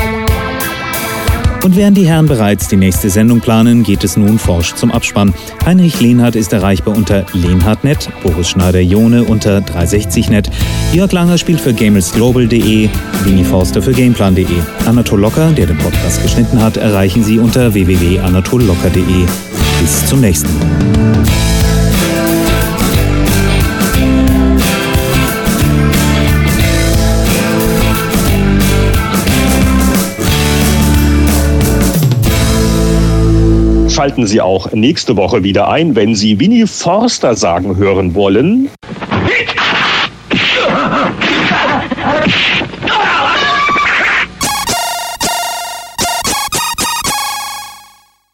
Speaker 3: Und während die Herren bereits die nächste Sendung planen, geht es nun forsch zum Abspann. Heinrich Lehnhardt ist erreichbar unter lehnhardt punkt net, Boris Schneider-Jone unter dreihundertsechzig punkt net, Jörg Langer spielt für gamelsglobal punkt de, Winnie Forster für gameplan punkt de. Anatol Locker, der den Podcast geschnitten hat, erreichen Sie unter w w w punkt anatol locker punkt de. Bis zum nächsten Mal.
Speaker 2: Schalten Sie auch nächste Woche wieder ein, wenn Sie Winnie Forster sagen hören wollen.